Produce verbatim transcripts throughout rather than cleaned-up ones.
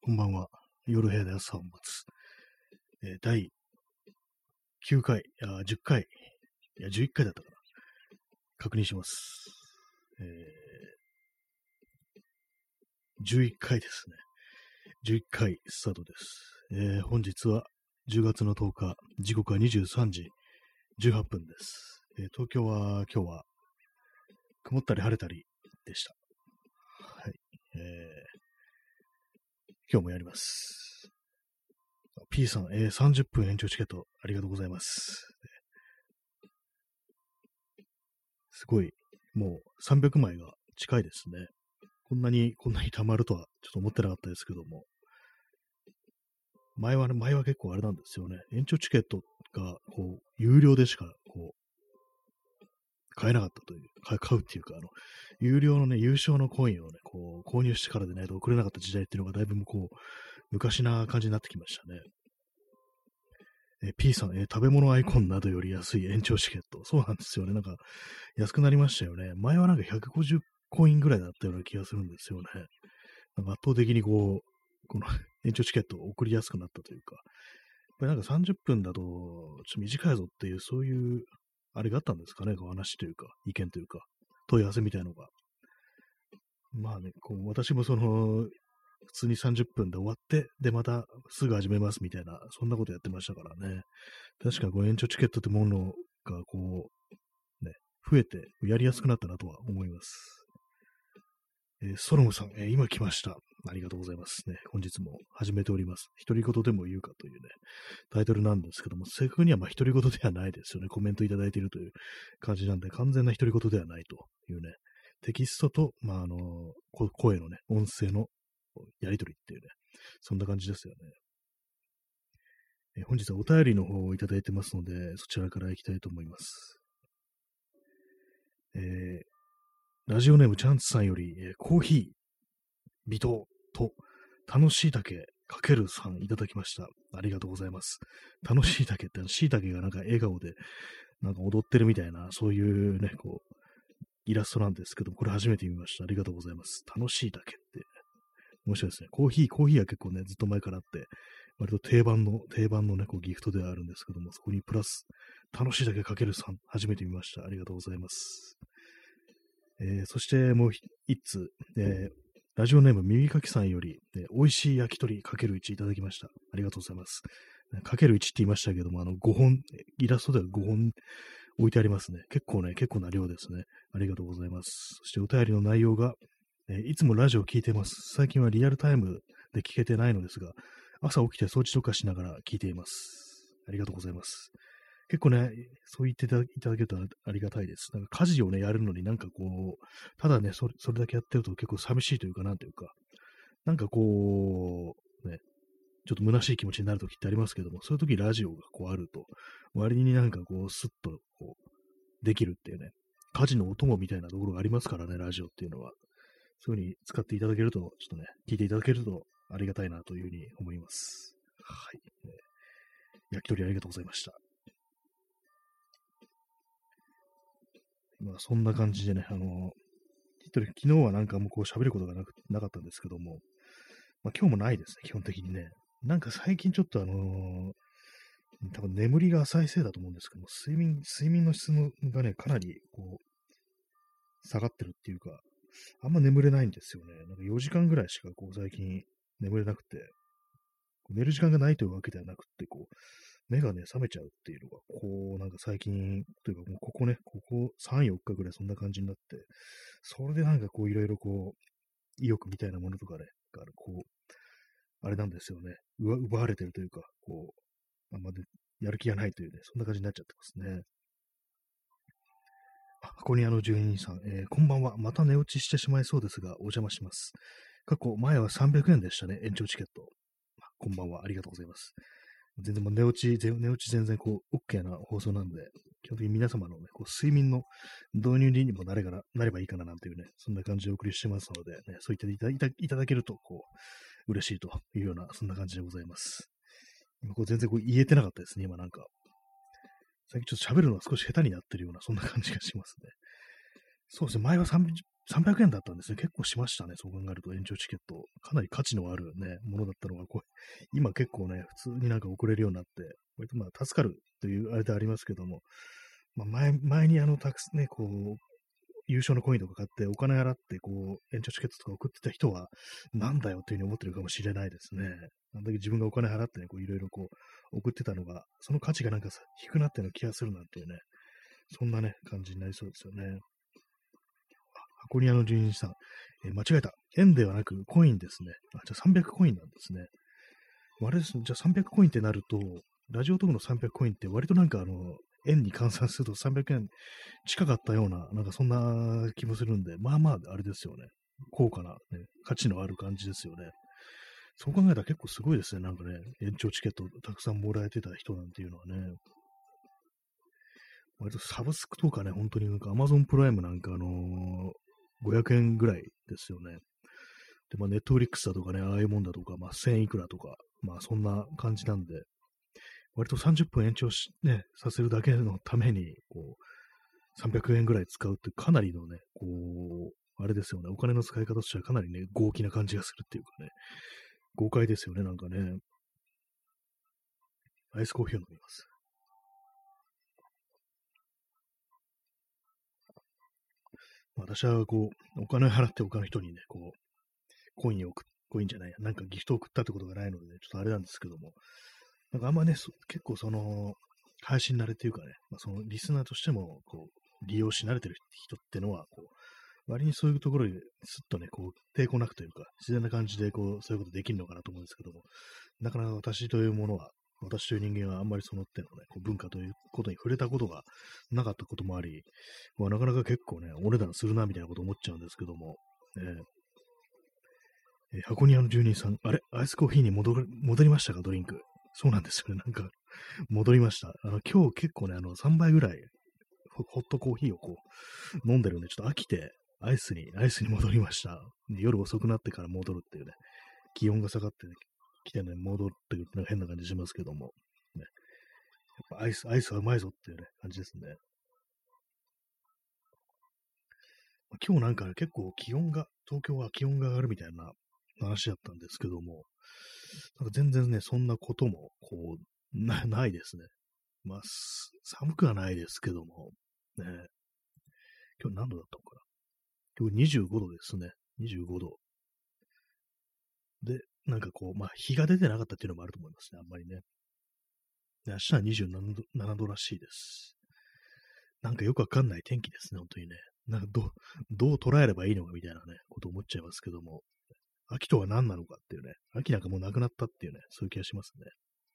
こんばんは。夜部屋で朝を待つ。えー、だいきゅうかい、あ、じゅっかい、いや、じゅういっかいだったかな。確認します。えー、じゅういっかいですね。じゅういっかいスタートです。えー、本日はじゅうがつのとおか、時刻はにじゅうさんじじゅうはっぷんです。えー、東京は今日は曇ったり晴れたりでした。はい。えー、今日もやります。P さん、えー、さんじゅっぷん延長チケットありがとうございます。すごい、もうさんびゃくまいが近いですね。こんなに、こんなに溜まるとはちょっと思ってなかったですけども。前はね、前は結構あれなんですよね。延長チケットが、こう、有料でしか、こう、買えなかったという、買買うっていうか、あの、有料のね、優勝のコインをね、こう、購入してからでないと送れなかった時代っていうのがだいぶこう、昔な感じになってきましたね。え P さん、えー食べ物アイコンなどより安い延長チケット。そうなんですよね。なんか、安くなりましたよね。前はなんかひゃくごじゅうコインぐらいだったような気がするんですよね。なんか圧倒的にこう、この延長チケットを送りやすくなったというか、やっぱりなんかさんじゅっぷんだと、ちょっと短いぞっていう、そういう、あれがあったんですかね、こう話というか、意見というか、問い合わせみたいのが。まあね、こう私もその、普通にさんじゅっぷんで終わって、で、またすぐ始めますみたいな、そんなことやってましたからね。確かこう延長チケットってものが、こう、ね、増えて、やりやすくなったなとは思います。えーソロムさん、えー今来ました。ありがとうございますね。本日も始めております。独り言でも言うかというね、タイトルなんですけども、正確にはまあ独り言ではないですよね。コメントいただいているという感じなんで、完全な独り言ではないというね、テキストと、まあ、あの、こ声のね、音声のやりとりっていうね、そんな感じですよね。えー本日はお便りの方をいただいてますので、そちらから行きたいと思います。えーラジオネームチャンツさんより、えーコーヒー、微糖と楽しいだけかけるさんいただきました。ありがとうございます。楽しいだけってしいたけがなんか笑顔でなんか踊ってるみたいな、そういうね、こう、イラストなんですけど、これ初めて見ました。ありがとうございます。楽しいだけって。面白いですね。コーヒー、コーヒーは結構ね、ずっと前からあって、割と定番の、定番のね、こうギフトではあるんですけども、そこにプラス、楽しいだけかけるさん、初めて見ました。ありがとうございます。えーそしてもう一つ、えーラジオネーム耳かきさんより、えー美味しい焼き鳥かけるいちいただきました。ありがとうございます。かけるいちって言いましたけども、あのごほん、イラストではごほん置いてありますね。結構ね、結構な量ですね。ありがとうございます。そしてお便りの内容が、えーいつもラジオを聞いてます。最近はリアルタイムで聞けてないのですが、朝起きて掃除とかしながら聞いています。ありがとうございます。結構ね、そう言っていただいただけるとありがたいです。なんか家事をね、やるのになんかこう、ただね、それそれだけやってると結構寂しいというか、なんというか、なんかこう、ね、ちょっと虚しい気持ちになるときってありますけども、そういうときラジオがこうあると、割になんかこう、スッとこう、できるっていうね、家事のお供みたいなところがありますからね、ラジオっていうのは。そういう風に使っていただけると、ちょっとね、聞いていただけるとありがたいなというふうに思います。はい。えー焼き鳥ありがとうございました。まあ、そんな感じでね、あの、一人、昨日はなんかもうこう喋ることがなくなかったんですけども、まあ、今日もないですね、基本的にね。なんか最近ちょっとあのー多分眠りが浅いせいだと思うんですけども、睡眠、睡眠の質のがね、かなりこう、下がってるっていうか、あんま眠れないんですよね。なんかよじかんぐらいしかこう最近眠れなくて、寝る時間がないというわけではなくて、こう、目がね、覚めちゃうっていうのが、こう、なんか最近、というかもうここね、ここさん、よっかぐらいそんな感じになって、それでなんかこう、いろいろこう、意欲みたいなものとかね、がある、こう、あれなんですよね。奪奪われてるというか、こう、あんまでやる気がないというね、そんな感じになっちゃってますね。あ、箱庭の住人さん、えーこんばんは。また寝落ちしてしまいそうですが、お邪魔します。過去、前はさんびゃくえんでしたね、延長チケット。こんばんは。ありがとうございます。全然もう寝落ち、ぜ寝落ち全然こう、OK な放送なんで、基本的に皆様のね、こう睡眠の導入にもなれがななればいいかななんていうね、そんな感じでお送りしてますので、ね、そう言っていただいたいただけると、こう、嬉しいというような、そんな感じでございます。今こう全然こう言えてなかったですね、今なんか。最近ちょっと喋るのが少し下手になってるような、そんな感じがしますね。そうですね、前はさんさんびゃくえんだったんですね。結構しましたね。そう考えると延長チケット。かなり価値のあるね、ものだったのが、こう、今結構ね、普通になんか送れるようになって、割とまあ助かるというあれでありますけども、まあ前、前にあの、たくさんね、こう、優勝のコインとか買ってお金払って、こう、延長チケットとか送ってた人は、なんだよっていうふうに思ってるかもしれないですね。あんだけ自分がお金払ってね、こう、いろいろこう、送ってたのが、その価値がなんかさ低くなってるような気がするなんていうね、そんなね、感じになりそうですよね。箱庭の住人さん、えー間違えた。円ではなくコインですね。あ、じゃあさんびゃくコインなんですね。あれですね。じゃあさんびゃくコインってなると、ラジオトークのさんびゃくコインって割となんかあの、円に換算するとさんびゃくえん近かったような、なんかそんな気もするんで、まあまああれですよね。高価な、ね、価値のある感じですよね。そう考えたら結構すごいですね。なんかね、延長チケットたくさんもらえてた人なんていうのはね。割とサブスクとかね、本当になんか Amazon プライムなんかあのーごひゃくえんぐらいですよね。で、まあ、ネットフリックスだとかね、ああいうもんだとか、まあ、せんいくらとか、まあ、そんな感じなんで、割とさんじゅっぷん延長し、ね、させるだけのために、こう、さんびゃくえんぐらい使うってかなりのね、こう、あれですよね、お金の使い方としてはかなりね、豪気な感じがするっていうかね、豪快ですよね、なんかね。アイスコーヒーを飲みます。私はこう、お金を払って他の人にね、こう、コインを送っ、コインじゃないや、なんかギフトを送ったってことがないので、ちょっとあれなんですけども、なんかあんまね、そ結構その、配信慣れっていうかね、まあ、そのリスナーとしても、こう、利用し慣れてる人ってのは、こう、割にそういうところにすっとね、こう、抵抗なくというか、自然な感じで、こう、そういうことできるのかなと思うんですけども、なかなか私というものは、私という人間はあんまりその手のね、こう文化ということに触れたことがなかったこともあり、まあ、なかなか結構ね、お値段するなみたいなこと思っちゃうんですけども、ね、えー箱庭の住人さん、あれアイスコーヒーに戻る戻りましたかドリンク。そうなんですよね。なんか、戻りました。あの、今日結構ね、あの、さんばいぐらいホ、ホットコーヒーをこう、飲んでるんで、ちょっと飽きて、アイスに、アイスに戻りました。ね夜遅くなってから戻るっていうね、気温が下がってきてね、戻ってくるって変な感じしますけども、ね、やっぱアイス、アイスはうまいぞっていうね、感じですね。今日なんか、ね、結構気温が、東京は気温が上がるみたいな話だったんですけども、なんか全然ね、そんなことも、こう、な、ないですね。まあ、す寒くはないですけども、ね、今日何度だったのかな。今日にじゅうごどですね。にじゅうごど。で、なんかこう、まあ、日が出てなかったっていうのもあると思いますね、あんまりね。で明日はにじゅうななど、ななどらしいです。なんかよくわかんない天気ですね、本当にね。なんかどう、どう捉えればいいのかみたいなね、こと思っちゃいますけども。秋とは何なのかっていうね。秋なんかもうなくなったっていうね、そういう気がしますね。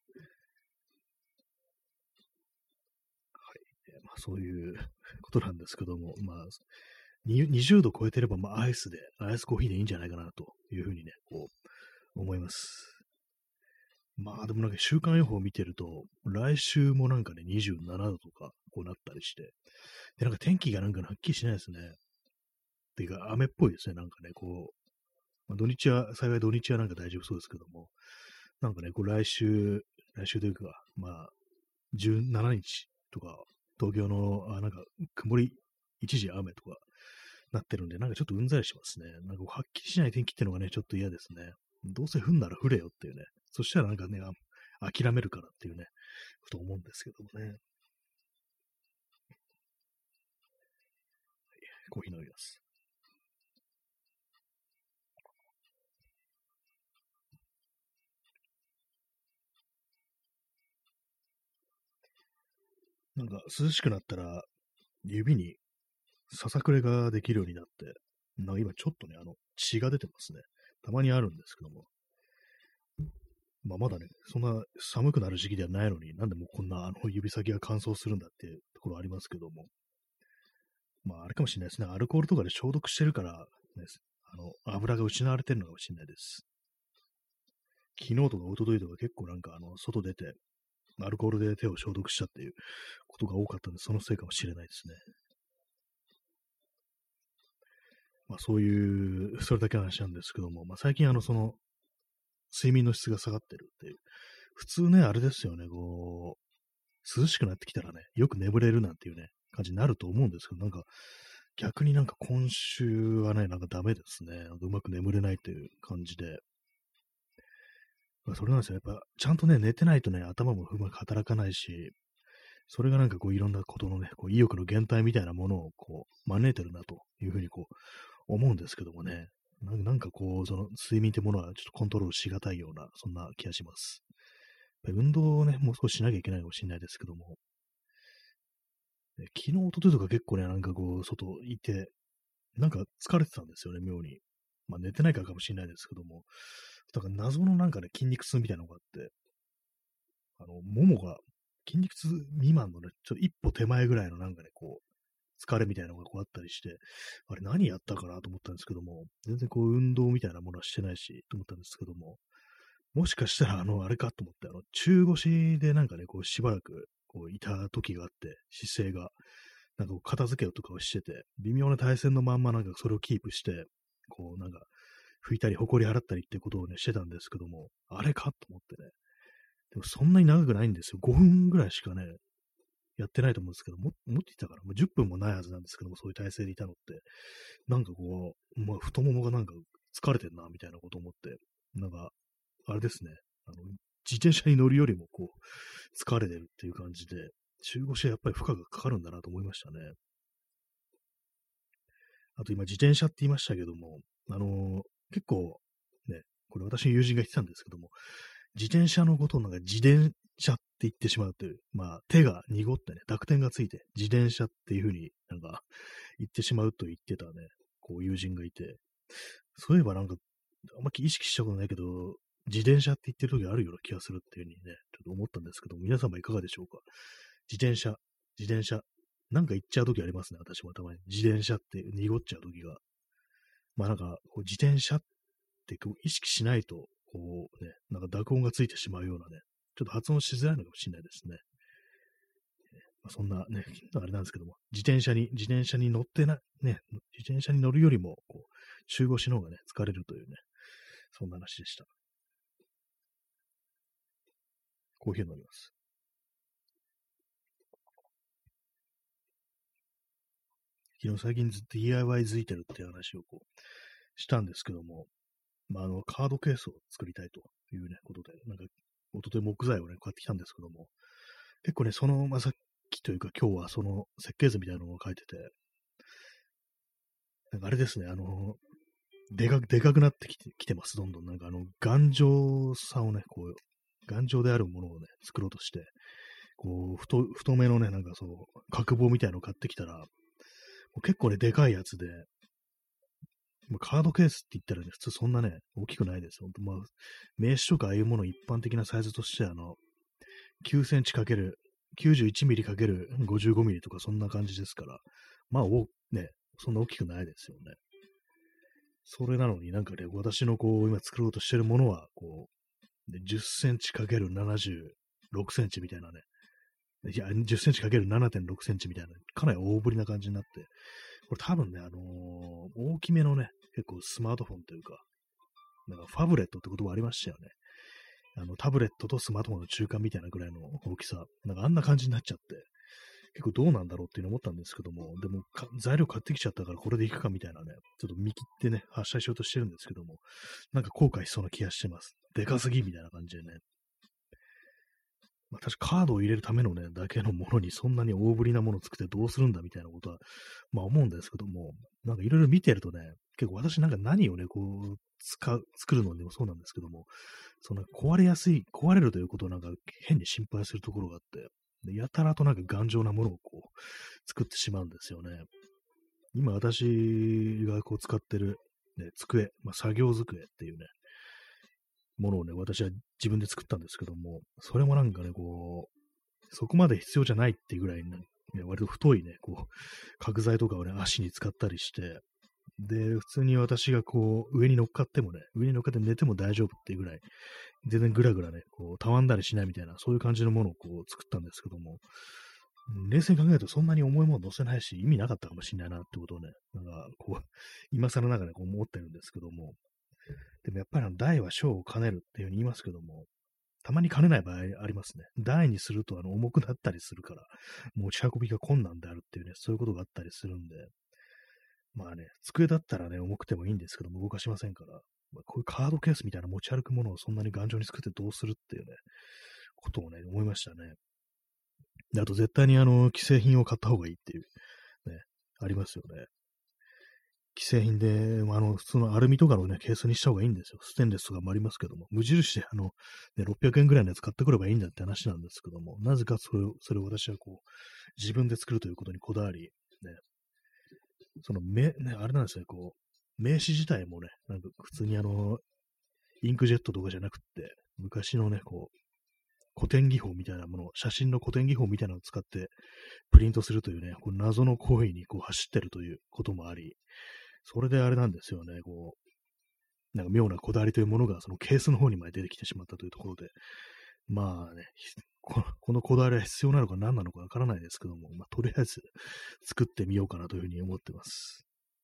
はい。えーまあ、そういうことなんですけども、まあ、ににじゅうど超えてれば、まあ、アイスで、アイスコーヒーでいいんじゃないかなというふうにね、こう、思います。まあ、でもなんか週間予報を見てると、来週もなんかね、にじゅうななどとか、こうなったりして、で、なんか天気がなんかはっきりしないですね。っていうか、雨っぽいですね、なんかね、こう、まあ、土日は、幸い土日はなんか大丈夫そうですけども、なんかね、こう来週、来週というか、まあ、じゅうしちにちとか、東京の、あ、なんか、曇り、一時雨とかなってるんで、なんかちょっとうんざりしますね。なんかはっきりしない天気っていうのがね、ちょっと嫌ですね。どうせ降んなら降れよっていうね。そしたらなんかね、あ諦めるからっていうね、こと思うんですけどもね。コーヒー飲みます。なんか涼しくなったら、指にささくれができるようになって、なんか今ちょっとね、あの、血が出てますね。たまにあるんですけども、まあ、まだね、そんな寒くなる時期ではないのに、なんでもうこんなあの指先が乾燥するんだっていうところありますけども、まあ、あれかもしれないですね。アルコールとかで消毒してるから、ね、あの、油が失われてるのかもしれないです。昨日とか一昨日とか結構なんかあの、外出て、アルコールで手を消毒したっていうことが多かったんで、そのせいかもしれないですね。まあそういう、それだけの話なんですけども、まあ最近あの、その、睡眠の質が下がってるっていう。普通ね、あれですよね、こう、涼しくなってきたらね、よく眠れるなんていうね、感じになると思うんですけど、なんか、 逆になんか今週はね、なんかダメですね。なんかうまく眠れないという感じで。まあそれなんですよ。やっぱ、ちゃんとね、寝てないとね、頭もうまく働かないし、それがなんかこういろんなことのね、こう意欲の減退みたいなものをこう招いてるなというふうにこう思うんですけどもね。なんなんかこう、その睡眠ってものはちょっとコントロールしがたいような、そんな気がします。やっぱり運動をね、もう少ししなきゃいけないかもしれないですけども、ね昨日、一昨日とか結構ね、なんかこう、外行って、なんか疲れてたんですよね、妙に。まあ寝てないからかもしれないですけども、だから謎のなんかね、筋肉痛みたいなのがあって、あの、ももが、筋肉痛未満のね、ちょっと一歩手前ぐらいのなんかね、こう、疲れみたいなのがこうあったりして、あれ何やったかなと思ったんですけども、全然こう運動みたいなものはしてないし、と思ったんですけども、もしかしたらあの、あれかと思って、あの、中腰でなんかね、こうしばらく、こういた時があって、姿勢が、なんかこう片付けをとかをしてて、微妙な体勢のまんまなんかそれをキープして、こうなんか拭いたり、埃払ったりってことをね、してたんですけども、あれかと思ってね。でもそんなに長くないんですよ。ごふんぐらいしかね、やってないと思うんですけど、も、持っていたから、もうじゅっぷんもないはずなんですけども、そういう体勢でいたのって、なんかこう、まあ、太ももがなんか疲れてんな、みたいなこと思って、なんか、あれですね、あの、自転車に乗るよりもこう、疲れてるっていう感じで、中腰はやっぱり負荷がかかるんだなと思いましたね。あと今、自転車って言いましたけども、あのー結構、ね、これ私の友人が言ってたんですけども、自転車のことをなんか自転車って言ってしまうという、まあ手が濁ってね、濁点がついて、自転車っていうふうになんか言ってしまうと言ってたね、こう友人がいて、そういえばなんか、あんまり意識したことないけど、自転車って言ってる時あるような気がするっていうふうにね、ちょっと思ったんですけど、皆様いかがでしょうか。自転車、自転車、なんか言っちゃう時ありますね、私もたまに。自転車って濁っちゃう時が。まあなんか、こう自転車ってこう意識しないと、こうね、なんか濁音がついてしまうようなね、ちょっと発音しづらいのかもしれないですね。まあ、そんなね、あれなんですけども、自転車に、自転車に乗ってな、ね、自転車に乗るよりも、こう、中腰の方がね、疲れるというね、そんな話でした。コーヒーを飲みます。昨日最近ずっと ディーアイワイ づいてるっていう話をこう、したんですけども、まあ、あの、カードケースを作りたいというね、ことで、なんか、一昨日木材をね、買ってきたんですけども、結構ね、その、まあ、さっきというか今日はその設計図みたいなのを書いてて、なんかあれですね、あの、でかく、でかくなってきて、きてます、どんどん。なんかあの、頑丈さをね、こう、頑丈であるものをね、作ろうとして、こう、太、太めのね、なんかそう、角棒みたいなのを買ってきたら、もう結構ね、でかいやつで、まあカードケースって言ったらね、普通そんなね、大きくないですよ。ほんとまあ、名刺とかああいうもの一般的なサイズとして、あの、きゅうセンチかけるきゅうじゅういちミリかけるごじゅうごミリとかそんな感じですから、まあ、お、ね、そんな大きくないですよね。それなのになんかね、私のこう、今作ろうとしてるものは、こう、でじゅっセンチかけるななじゅうろくセンチみたいなね、いや、じゅっセンチかけるななてんろくセンチみたいな、かなり大ぶりな感じになって、これ多分ね、あのー大きめのね、結構スマートフォンというか、なんかファブレットって言葉ありましたよね。あの、タブレットとスマートフォンの中間みたいなぐらいの大きさ、なんかあんな感じになっちゃって、結構どうなんだろうっていうのを思ったんですけども、でも材料買ってきちゃったからこれでいくかみたいなね、ちょっと見切ってね、発射しようとしてるんですけども、なんか後悔しそうな気がしてます。でかすぎみたいな感じでね。まあ、確かカードを入れるためのね、だけのものにそんなに大ぶりなものを作ってどうするんだみたいなことは、まあ思うんですけども、なんかいろいろ見てるとね、結構私なんか何をね、こう、使う、作るのにもそうなんですけども、その壊れやすい、壊れるということをなんか変に心配するところがあって、でやたらとなんか頑丈なものをこう、作ってしまうんですよね。今私がこう使ってる、ね、机、まあ、作業机っていうね、ものをね、私は自分で作ったんですけども、それもなんかね、こう、そこまで必要じゃないっていうぐらいね、割と太いね、こう、角材とかをね、足に使ったりして、で、普通に私がこう、上に乗っかってもね、上に乗っかって寝ても大丈夫っていうぐらい、全然ぐらぐらね、こう、たわんだりしないみたいな、そういう感じのものをこう、作ったんですけども、冷静に考えるとそんなに重いもの乗せないし、意味なかったかもしれないなってことをね、なんか、こう、今更ながらこう思ってるんですけども、でもやっぱりあの大は小を兼ねるっていうふうに言いますけども、たまに兼ねない場合ありますね。大にするとあの重くなったりするから、持ち運びが困難であるっていうね、そういうことがあったりするんで、 まあね、机だったらね、重くてもいいんですけども、動かしませんから、まあ、こういうカードケースみたいな持ち歩くものをそんなに頑丈に作ってどうするっていうね、ことをね、思いましたね。であと絶対にあの、既製品を買った方がいいっていう、ね、ありますよね。既製品で、あの、普通のアルミとかのね、ケースにした方がいいんですよ。ステンレスとかもありますけども、無印であの、ね、ろっぴゃくえんぐらいのやつ買ってくればいいんだって話なんですけども、なぜかそれを、それを私はこう、自分で作るということにこだわり、ね、その、め、ね、あれなんですよ、こう、名刺自体もね、なんか普通にあの、インクジェットとかじゃなくって、昔のね、こう、古典技法みたいなもの、写真の古典技法みたいなのを使ってプリントするというね、こう謎の行為にこう走ってるということもあり、それであれなんですよね、こう、なんか妙なこだわりというものがそのケースの方にまで出てきてしまったというところで、まあね、ここのこだわりは必要なのか何なのかわからないですけども、まあ、とりあえず作ってみようかなというふうに思ってます。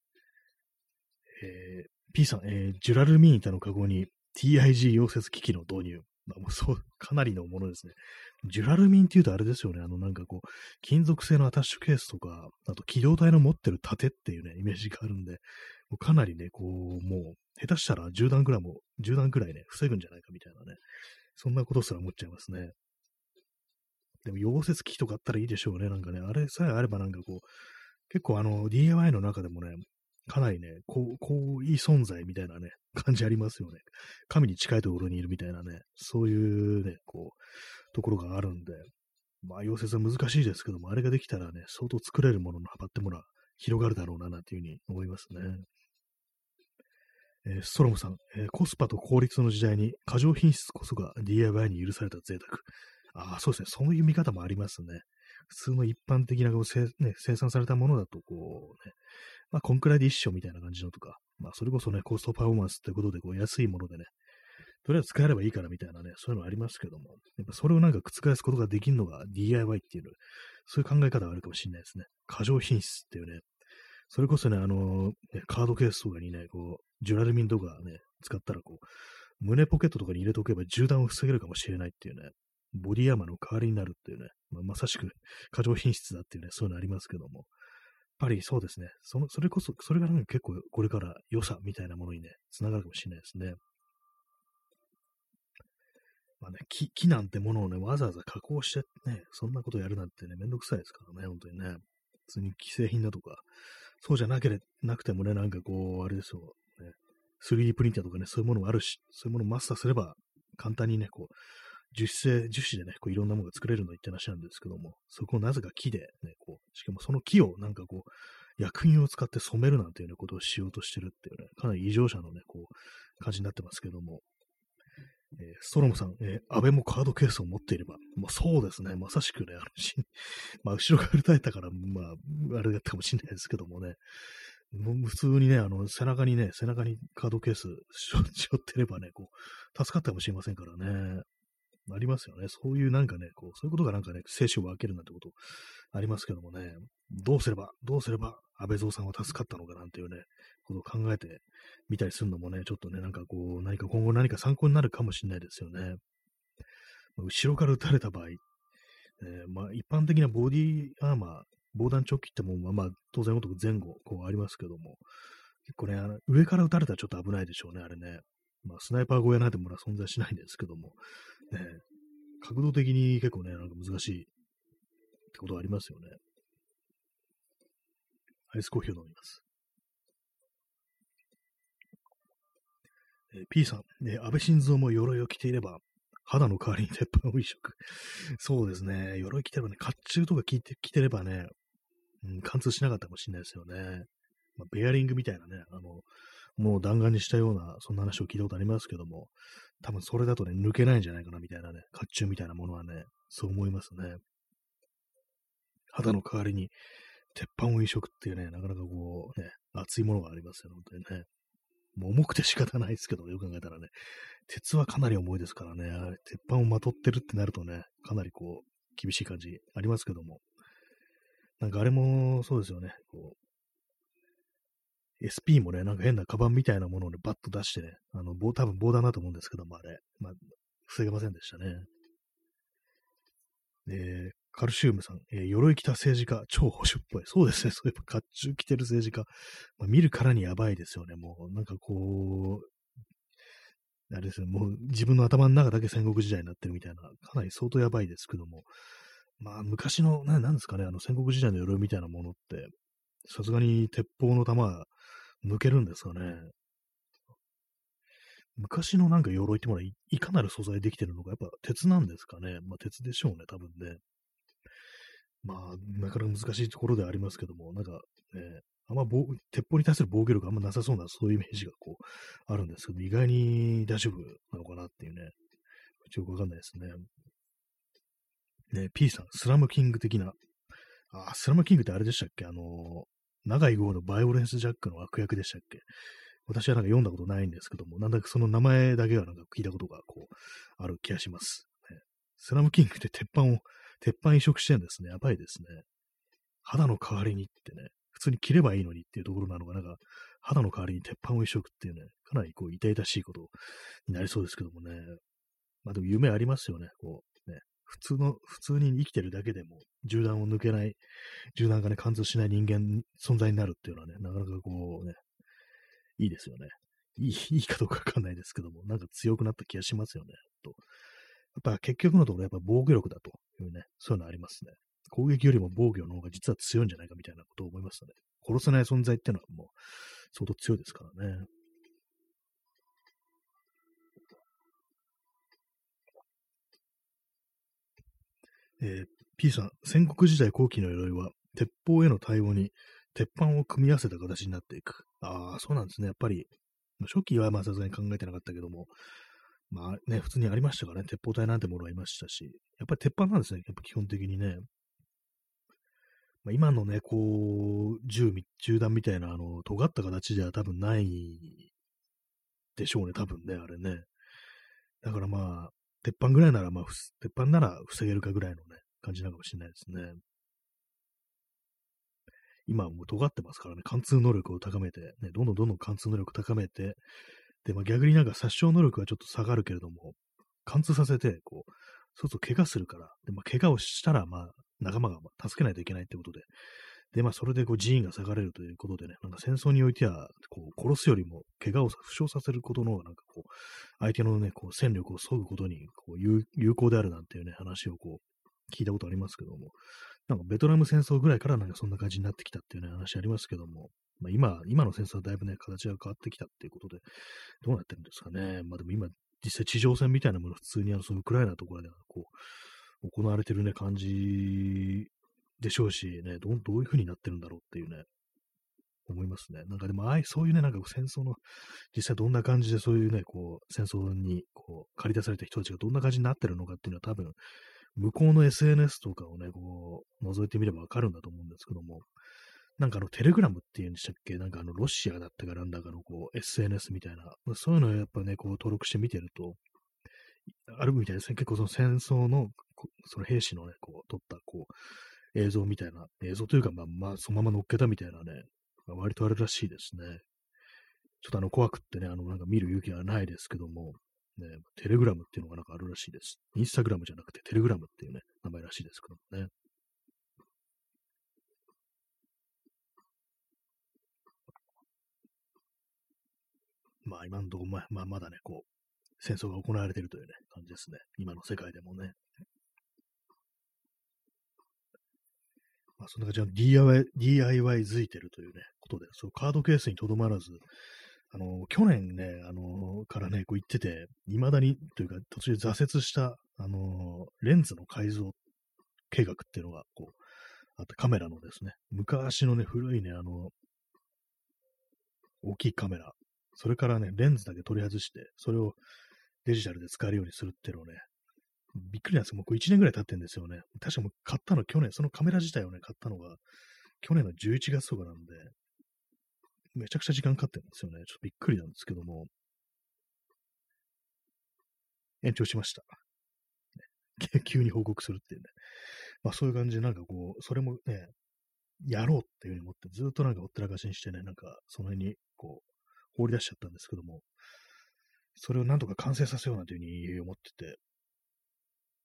えー、P さん、えー、ジュラルミン板のカゴに ティーアイジー 溶接機器の導入。まあ、もうそう、かなりのものですね。ジュラルミンっていうとあれですよね。あの、なんかこう、金属製のアタッシュケースとか、あと機動隊の持ってる盾っていうね、イメージがあるんで、もうかなりね、こう、もう、下手したらじゅう段くらいも、じゅう段くらいね、防ぐんじゃないかみたいなね。そんなことすら思っちゃいますね。でも、溶接機器とかあったらいいでしょうね。なんかね、あれさえあればなんかこう、結構あの、ディーアイワイ の中でもね、かなりね、こう、こう、いい存在みたいなね、感じありますよね。神に近いところにいるみたいなね、そういうね、こう、ところがあるんで、まあ、溶接は難しいですけども、あれができたらね、相当作れるものの幅ってものは広がるだろうな、なんていうふうに思いますね。えーストロムさん、えーコスパと効率の時代に過剰品質こそが ディーアイワイ に許された贅沢。ああ、そうですね。そういう見方もありますね。普通の一般的なこうせ、ね、生産されたものだと、こうね、まあ、こんくらいで一緒みたいな感じのとか、まあ、それこそね、コストパフォーマンスということで、こう、安いものでね、とりあえず使えればいいからみたいなね、そういうのありますけども、やっぱそれをなんか覆すことができるのが ディーアイワイ っていう、そういう考え方があるかもしれないですね。過剰品質っていうね、それこそね、あのねカードケースとかにね、こう、ジュラルミンとかね、使ったらこう、胸ポケットとかに入れておけば銃弾を防げるかもしれないっていうね、ボディアーマーの代わりになるっていうね、まあ、まさしく過剰品質だっていうね、そういうのありますけども、やっぱりそうですね、その、それこそ、それがなんか結構これから良さみたいなものにね、つながるかもしれないですね。まあね、木、木なんてものをね、わざわざ加工してね、そんなことやるなんてね、めんどくさいですからね、本当にね。普通に既製品だとか、そうじゃなけれなくてもね、なんかこう、あれですよ、ね、スリーディー プリンターとかね、そういうものもあるし、そういうものをマスターすれば、簡単にね、こう、樹脂製、樹脂でね、こういろんなものが作れるのって話なんですけども、そこをなぜか木でね、こう、しかもその木をなんかこう、薬品を使って染めるなんていうね、ことをしようとしてるっていうね、かなり異常者のね、こう、感じになってますけども、えーストロムさん、えー、安倍もカードケースを持っていれば、まあそうですね、まさしくね、あのしまあ後ろが打たれたから、まあ、あれだったかもしれないですけどもね、もう普通にね、あの、背中にね、背中にカードケースしょしょってればね、こう、助かったかもしれませんからね。ありますよね。そういうなんかね、こう、そういうことがなんかね、生死を分けるなんてことありますけどもね、どうすれば、どうすれば安倍蔵さんは助かったのかなんていうね、ことを考えてみたりするのもね、ちょっとね、なんかこう、何か今後何か参考になるかもしれないですよね。後ろから撃たれた場合、えーまあ一般的なボディアーマー、防弾チョッキってもんは、まあ当然のとく前後、こうありますけども、結構ね、あの上から撃たれたらちょっと危ないでしょうね、あれね。まあスナイパー小屋なんてものは存在しないんですけども、ね、角度的に結構ね、なんか難しいってことはありますよね。アイスコーヒーを飲みます。えー P さん、ね、安倍晋三も鎧を着ていれば、肌の代わりに鉄板を移植。そうですね。鎧着てればね、甲冑とか着て着てればね、うん、貫通しなかったかもしれないですよね。まあ、ベアリングみたいなね、あの、もう弾丸にしたような、そんな話を聞いたことありますけども、多分それだとね、抜けないんじゃないかなみたいなね、甲冑みたいなものはね、そう思いますね。肌の代わりに鉄板を移植っていうね、なかなかこう、ね、熱いものがありますよね、本当にね。もう重くて仕方ないですけど、よく考えたらね、鉄はかなり重いですからね、あれ鉄板をまとってるってなるとね、かなりこう、厳しい感じありますけども、なんかあれもそうですよね、こう、エスピー もね、なんか変なカバンみたいなものをね、バッと出してね、あの、棒、多分防弾だと思うんですけども、あれ、まあ、防げませんでしたね。で、 カルシウムさん、えー鎧着た政治家、超保守っぽい。そうですね。そういえば、甲冑着てる政治家。まあ、見るからにやばいですよね。もう、なんかこう、あれですね。もう自分の頭の中だけ戦国時代になってるみたいな、かなり相当やばいですけども。まあ、昔の、ななんですかね、あの戦国時代の鎧みたいなものって、さすがに鉄砲の弾は抜けるんですかね。昔のなんか鎧ってものはい、いかなる素材できてるのか、やっぱ鉄なんですかね。まあ鉄でしょうね、多分ね。まあ、なかなか難しいところではありますけども、なんかね、あんま防鉄砲に対する防御力あんまなさそうな、そういうイメージがこう、あるんですけど、意外に大丈夫なのかなっていうね、よくわかんないですね。ね、P さん、スラムキング的な、あ、スラムキングってあれでしたっけあの、長井豪のバイオレンスジャックの悪役でしたっけ？私はなんか読んだことないんですけども、なんだかその名前だけはなんか聞いたことがこう、ある気がします。ね、スラムキングって鉄板を、鉄板移植してるんですね。やばいですね。肌の代わりにってね、普通に着ればいいのにっていうところなのが、なんか、肌の代わりに鉄板を移植っていうね、かなりこう、痛々しいことになりそうですけどもね。まあでも夢ありますよね。こう、ね。普通の、普通に生きてるだけでも、銃弾を抜けない、銃弾がね、貫通しない人間、存在になるっていうのはね、なかなかこうね、いいですよね。いい、いいかどうかわかんないですけども、なんか強くなった気がしますよね。と。やっぱ結局のところ、やっぱ防御力だというね、そういうのありますね。攻撃よりも防御の方が実は強いんじゃないかみたいなことを思いましたね。殺せない存在っていうのはもう相当強いですからね。えー、P さん、戦国時代後期の鎧は、鉄砲への対応に鉄板を組み合わせた形になっていく。ああ、そうなんですね。やっぱり、初期はまあさすがに考えてなかったけども、まあね、普通にありましたからね、鉄砲隊なんてものはいましたし、やっぱり鉄板なんですね、やっぱ基本的にね。まあ、今のね、こう、銃み、銃弾みたいな、あの、尖った形では多分ないでしょうね、多分ね、あれね。だからまあ、鉄板ぐらいなら、まあ、ふす鉄板なら防げるかぐらいのね、感じなのかもしれないですね。今はもう尖ってますからね、貫通能力を高めて、ね、どんどんどんどん貫通能力を高めて、で、まあ逆になんか殺傷能力はちょっと下がるけれども、貫通させて、こう、そうすると怪我するから、で、まあ怪我をしたら、まあ、仲間がまあ助けないといけないってことで、で、まあそれでこう人員が下がれるということでね、なんか戦争においては、こう、殺すよりも怪我を負傷させることの方が、なんかこう、相手のね、こう、戦力を削ぐことに、こう、有有効であるなんていうね、話をこう、聞いたことありますけども、なんかベトナム戦争ぐらいからなんかそんな感じになってきたっていうね、話ありますけども、まあ今、今の戦争はだいぶね、形が変わってきたっていうことで、どうなってるんですかね。まあでも今、実際地上戦みたいなもの、普通にあの、そのウクライナのところでは、こう、行われてるね、感じでしょうし、ね、どう、どういう風になってるんだろうっていうね、思いますね。なんかでも、ああいうそういうね、なんか戦争の、実際どんな感じでそういうね、こう、戦争に、こう、駆り出された人たちがどんな感じになってるのかっていうのは多分、向こうの エスエヌエス とかをね、こう、覗いてみればわかるんだと思うんですけども、なんかあの、テレグラムっていうんでしたっけ？なんかあの、ロシアだったかなんだかのこう、エスエヌエス みたいな、そういうのをやっぱね、こう、登録して見てると、あるみたいですね。結構その戦争の、こその兵士のね、こう、撮った、こう、映像みたいな、映像というか、まあ、まあ、そのまま乗っけたみたいなね、まあ割とあれらしいですね。ちょっとあの、怖くってね、あの、なんか見る勇気はないですけども、ね、テレグラムっていうのがなんかあるらしいです。インスタグラムじゃなくてテレグラムっていうね、名前らしいですけどもね。まあ今のところ、まあ、まあ、まだね、こう、戦争が行われているというね、感じですね。今の世界でもね。まあそんな感じの ディーアイワイ、ディーアイワイ づいてるというね、ことで、そう、カードケースにとどまらず、あの、去年ね、あの、からね、こう言ってて、未だにというか、途中で挫折した、あの、レンズの改造計画っていうのが、こう、あってカメラのですね、昔のね、古いね、あの、大きいカメラ、それからね、レンズだけ取り外して、それをデジタルで使えるようにするっていうのをね、びっくりなんですよ。もうこれいちねんぐらい経ってんですよね。確かもう買ったの去年、そのカメラ自体をね、買ったのが去年のじゅういちがつとかなんで、めちゃくちゃ時間かかってるんですよね。ちょっとびっくりなんですけども、延長しました。急に報告するっていうね。まあそういう感じで、なんかこう、それもね、やろうっていうふうに思って、ずっとなんかほったらかしにしてね、なんかその辺にこう、放り出しちゃったんですけども、それをなんとか完成させようなんていうふうに思ってて、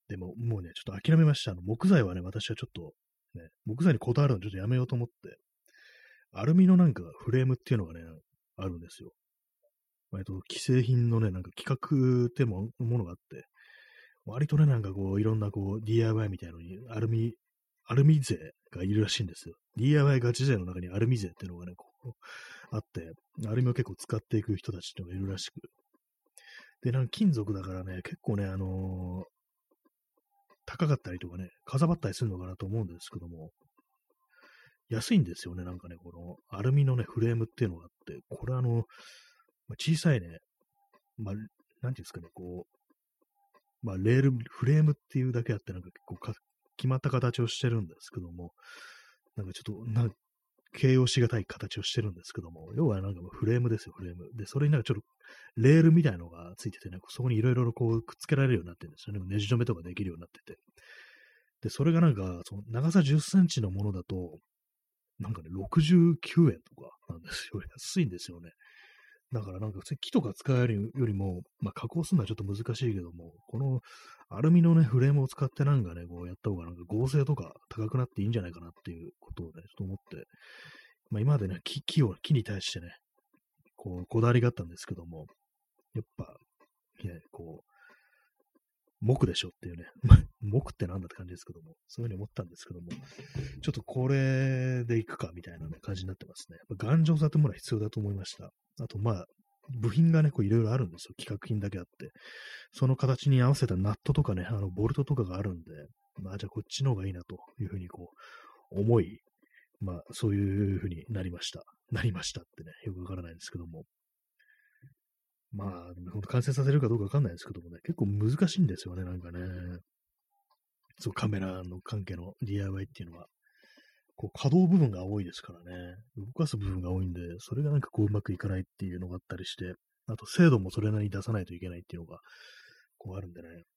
でも、もうね、ちょっと諦めました。あの、木材はね、私はちょっと、ね、木材にこだわるのちょっとやめようと思って、アルミのなんかフレームっていうのがね、あるんですよ。割と既製品のね、なんか企画ってもものがあって、割とね、なんかこう、いろんなこう、ディーアイワイ みたいなのに、アルミ、アルミ勢がいるらしいんですよ。ディーアイワイ ガチ勢の中にアルミ勢っていうのがね、こう、あって、アルミを結構使っていく人たちっていうのがいるらしく。で、なんか金属だからね、結構ね、あのー高かったりとかね、かさばったりするのかなと思うんですけども、安いんですよね、なんかね、このアルミのね、フレームっていうのがあって、これあの、まあ小さいね、まあ、なんていうんですかね、こう、まあ、レール、フレームっていうだけあって、なんか結構か決まった形をしてるんですけども、なんかちょっと、な形容しがたい形をしてるんですけども、要はなんかもうフレームですよ、フレーム。で、それになんかちょっと、レールみたいなのがついててね、そこにいろいろこうくっつけられるようになってるんですよね。ネジ止めとかできるようになってて。で、それがなんか、その長さじゅっセンチのものだと、なんかね、ろくじゅうきゅうえんとかなんですよ。安いんですよね。だからなんか、木とか使えるよりも、まあ、加工するのはちょっと難しいけども、このアルミのね、フレームを使ってなんかね、こうやった方がなんか合成とか高くなっていいんじゃないかなっていうことをね、ちょっと思って、まあ今までね、木、木を、木に対してね、こう、こだわりがあったんですけども、やっぱ、ね、こう、木でしょっていうね、木ってなんだって感じですけども、そういうふうに思ったんですけども、ちょっとこれでいくかみたいなね、感じになってますね。やっぱ頑丈さというものは必要だと思いました。あと、まあ、部品がね、こういろいろあるんですよ。規格品だけあって。その形に合わせたナットとかね、あの、ボルトとかがあるんで、まあ、じゃあこっちの方がいいなというふうにこう、思い、まあ、そういうふうになりました。なりましたってね、よくわからないんですけども。まあ、でも本当完成させるかどうかわかんないですけどもね、結構難しいんですよね、なんかね。そう、カメラの関係の ディーアイワイ っていうのは。こう、可動部分が多いですからね。動かす部分が多いんで、それがなんかこううまくいかないっていうのがあったりして、あと精度もそれなりに出さないといけないっていうのが、こうあるんでね。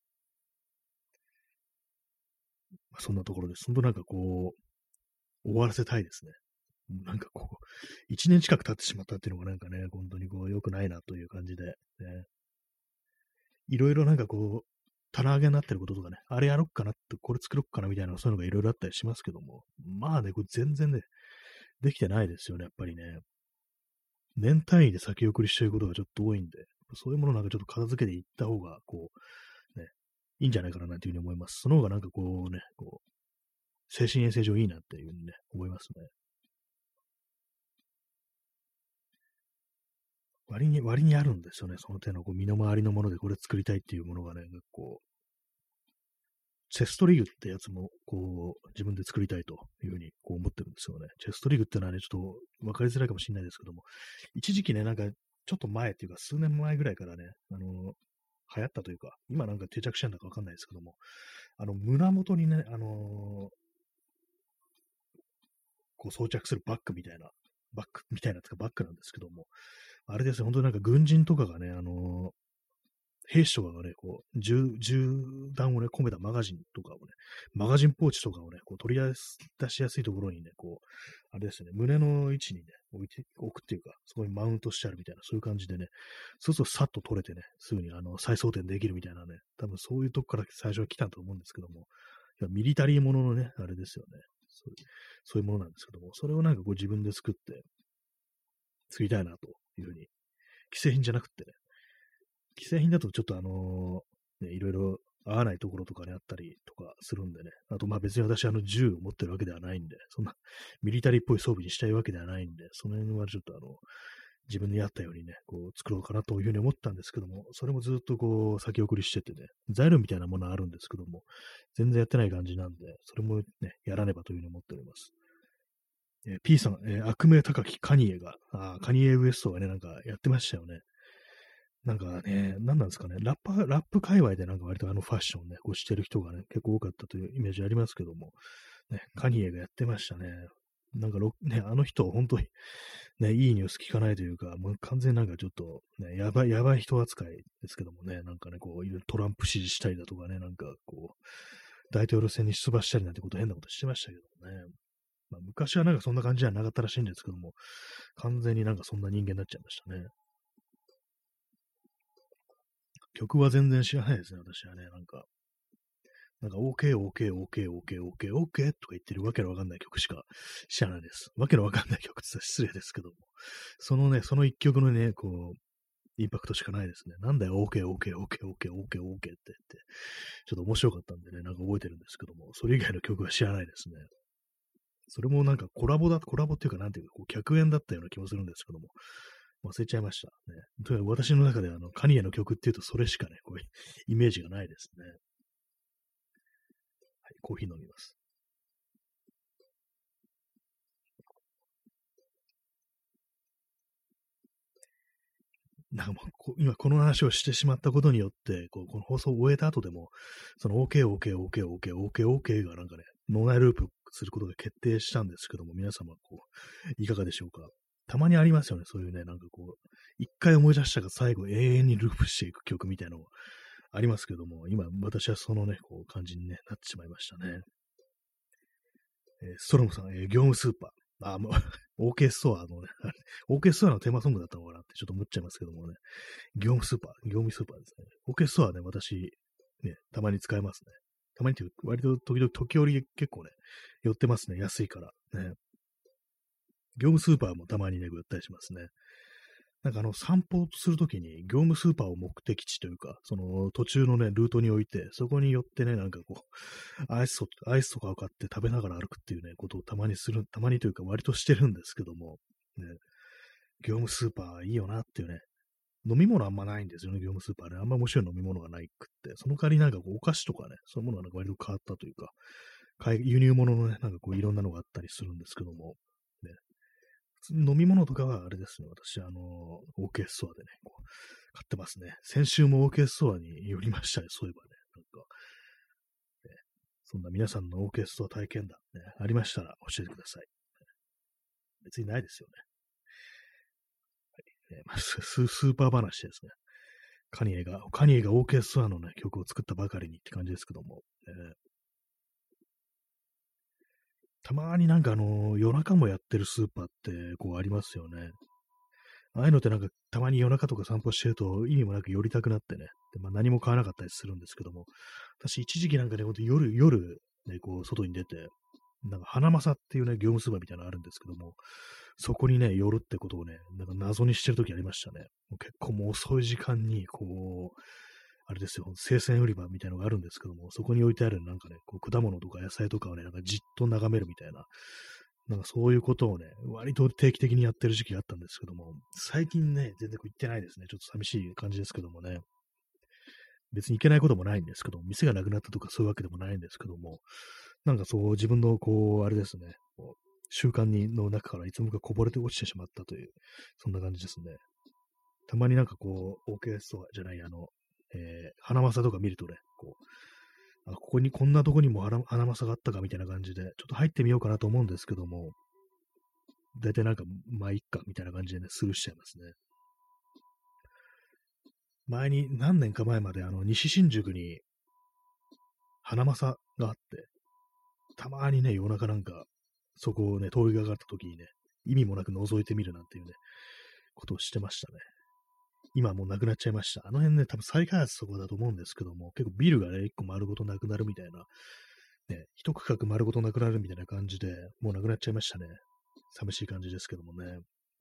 まあ、そんなところです。本当なんかこう、終わらせたいですね。なんかこう、一年近く経ってしまったっていうのがなんかね、本当にこう、良くないなという感じで、ね。いろいろなんかこう、棚上げになってることとかね、あれやろっかなって、これ作ろっかなみたいな、そういうのがいろいろあったりしますけども、まあね、これ全然ね、できてないですよね、やっぱりね。年単位で先送りしてることがちょっと多いんで、そういうものなんかちょっと片付けていった方が、こう、ね、いいんじゃないかなというふうに思います。その方がなんかこうね、こう、精神衛生上いいなっていうふうにね、思いますね。割に、割にあるんですよね。その手のこう身の回りのものでこれ作りたいっていうものがね、こう、チェストリグってやつも、こう、自分で作りたいというふうにこう思ってるんですよね。チェストリグってのはね、ちょっと分かりづらいかもしれないですけども、一時期ね、なんか、ちょっと前っていうか、数年前ぐらいからね、あの、流行ったというか、今なんか定着してるんだかわかんないですけども、あの、胸元にね、あのこう装着するバッグみたいな、バッグみたいなバッグなんですけども、あれですね、本当になんか軍人とかがね、あの兵士とかがね、こう、銃、銃弾をね、込めたマガジンとかをね、マガジンポーチとかをね、こう取り出しやすいところにね、こう、あれですね、胸の位置にね、置いて、置くっていうか、そこにマウントしてあるみたいな、そういう感じでね、そうするとさっと取れてね、すぐにあの、再装填できるみたいなね、多分そういうとこから最初は来たと思うんですけども、いやミリタリーもののね、あれですよね。そういう、そういうものなんですけども、それをなんかこう自分で作って作りたいなというふうに、既製品じゃなくてね、既製品だとちょっとあのーね、いろいろ合わないところとかね、あったりとかするんでね。あと、まあ別に私、あの、銃を持ってるわけではないんで、そんなミリタリーっぽい装備にしたいわけではないんで、その辺はちょっとあの、自分に合ったようにね、こう作ろうかなというふうに思ったんですけども、それもずっとこう先送りしててね、材料みたいなものはあるんですけども、全然やってない感じなんで、それもね、やらねばというふうに思っております。えー P さん、えー悪名高きカニエが、あーカニエウエストがね、なんかやってましたよね。なんかね、何なんですかね、ラッパー、ラップ界隈でなんか割とあのファッションね、こうしてる人がね、結構多かったというイメージありますけども、ね、カニエがやってましたね。なんかロ、ね、あの人、本当に、ね、いいニュース聞かないというか、もう完全になんかちょっと、ね、やばい、やばい人扱いですけどもね、なんかね、こう、いろいろトランプ支持したりだとかね、なんかこう、大統領選に出馬したりなんてこと変なことしてましたけどもね。まあ、昔はなんかそんな感じじゃなかったらしいんですけども、完全になんかそんな人間になっちゃいましたね。曲は全然知らないですね、私はね。なんか、 なんか OK、OK、OK、OK、OK、OK とか言ってるわけのわかんない曲しか知らないです。わけのわかんない曲って言ったら失礼ですけども。そのね、その一曲のね、こう、インパクトしかないですね。なんだよ、OK、OK、OK、OK、OK、OK って言って、ちょっと面白かったんでね、なんか覚えてるんですけども、それ以外の曲は知らないですね。それもなんかコラボだ、コラボっていうか、なんていうか、こう、客演だったような気もするんですけども、忘れちゃいましたね。とにかく私の中であの、カニエの曲っていうとそれしかね、こう、イメージがないですね。はい、コーヒー飲みます。なんかもうこ、今この話をしてしまったことによって、こう、この放送を終えた後でも、その OK、OK、OK、OK、OK、OK がなんかね、脳内ループすることが決定したんですけども、皆様、こう、いかがでしょうか。たまにありますよね、そういうね、なんかこう、一回思い出したが最後永遠にループしていく曲みたいなのありますけども、今、私はそのね、こう、感じに、ね、なってしまいましたね。えーストロムさん、えー業務スーパー。あ、もうオーケー ストアのね、オーケー ストアのテーマソングだったのかなってちょっと思っちゃいますけどもね。業務スーパー、業務スーパーですね。オーケーストアはね、私、ね、たまに使いますね。たまにっていうか、割と時々、時折結構ね、寄ってますね。安いから。ね。業務スーパーもたまにね、寄ったりしますね。なんかあの、散歩するときに、業務スーパーを目的地というか、その途中のね、ルートに置いて、そこに寄ってね、なんかこう、アイスと、アイスとかを買って食べながら歩くっていうね、ことをたまにする、たまにというか割としてるんですけども、ね、業務スーパーいいよなっていうね、飲み物あんまないんですよね、業務スーパーね。あんま面白い飲み物がないくって、その代わりなんかこう、お菓子とかね、そういうものがなんか割と変わったというか、海輸入物のね、なんかこう、いろんなのがあったりするんですけども、ね、飲み物とかはあれですね、私、あの、オーケー ストアでね、こう買ってますね。先週も オーケー ストアに寄りましたね、そういえばね。なんか、ね、そんな皆さんの オーケー ストア体験談、ね、ありましたら教えてください。別にないですよね。ねまあ、ススーパー話ですね。カニエが、カニエが オーケー ストアのね、曲を作ったばかりにって感じですけども、ね、たまになんかあの、夜中もやってるスーパーってこうありますよね。ああいうのってなんか、たまに夜中とか散歩してると意味もなく寄りたくなってね、でまあ、何も買わなかったりするんですけども、私一時期なんかね、ほんと夜、夜、ね、こう、外に出て、なんか、花正っていうね、業務スーパーみたいなのあるんですけども、そこにね、寄るってことをね、なんか謎にしてるときありましたね。もう結構もう遅い時間に、こう、あれですよ、生鮮売り場みたいなのがあるんですけども、そこに置いてあるなんかね、こう果物とか野菜とかをね、なんかじっと眺めるみたいな、なんかそういうことをね、割と定期的にやってる時期があったんですけども、最近ね、全然こう行ってないですね。ちょっと寂しい感じですけどもね。別に行けないこともないんですけども、店がなくなったとかそういうわけでもないんですけども、なんかそう自分のこう、あれですね、こう習慣にの中からいつもかこぼれて落ちてしまったという、そんな感じですね。たまになんかこう、オーケーストアじゃない、あの、えー、花正とか見るとね、こう、あ、ここに、こんなとこにも花花正があったかみたいな感じで、ちょっと入ってみようかなと思うんですけども、大体なんか、まあ、いっか、みたいな感じでね、スルーしちゃいますね。前に、何年か前まで、あの、西新宿に、花正があって、たまにね、夜中なんか、そこをね、通りがかった時にね、意味もなく覗いてみるなんていうね、ことをしてましたね。今もうなくなっちゃいました。あの辺ね、多分再開発とかだと思うんですけども、結構ビルがね、一個丸ごとなくなるみたいな、ね、一区画丸ごとなくなるみたいな感じで、もうなくなっちゃいましたね。寂しい感じですけどもね。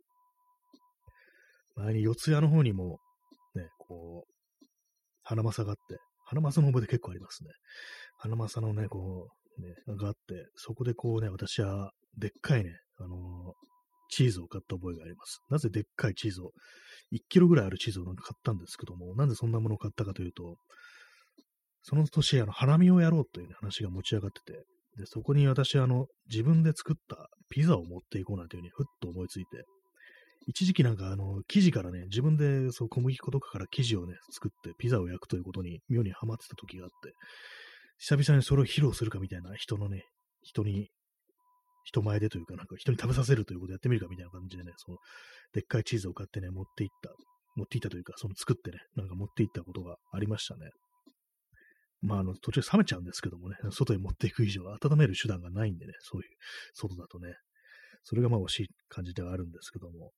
前に四谷の方にも、ね、こう、花正があって、花正の方で結構ありますね。花正のね、こう、ね、があって、そこでこうね、私は、でっかいね、あのーチーズを買った覚えがあります。なぜでっかいチーズを、いっキロぐらいあるチーズをなんか買ったんですけども、なんでそんなものを買ったかというと、その年、あの、花見をやろうという、ね、話が持ち上がってて、で、そこに私、あの、自分で作ったピザを持っていこうなんていうふうにふっと思いついて、一時期なんかあの、生地からね、自分でそう小麦粉とかから生地をね、作ってピザを焼くということに妙にハマってた時があって、久々にそれを披露するかみたいな人のね、人に、人前でというか、なんか人に食べさせるということをやってみるかみたいな感じでね、その、でっかいチーズを買ってね、持っていった、持っていったというか、その作ってね、なんか持っていったことがありましたね。まあ、あの、途中冷めちゃうんですけどもね、外に持っていく以上、温める手段がないんでね、そういう、外だとね、それがまあ惜しい感じではあるんですけども、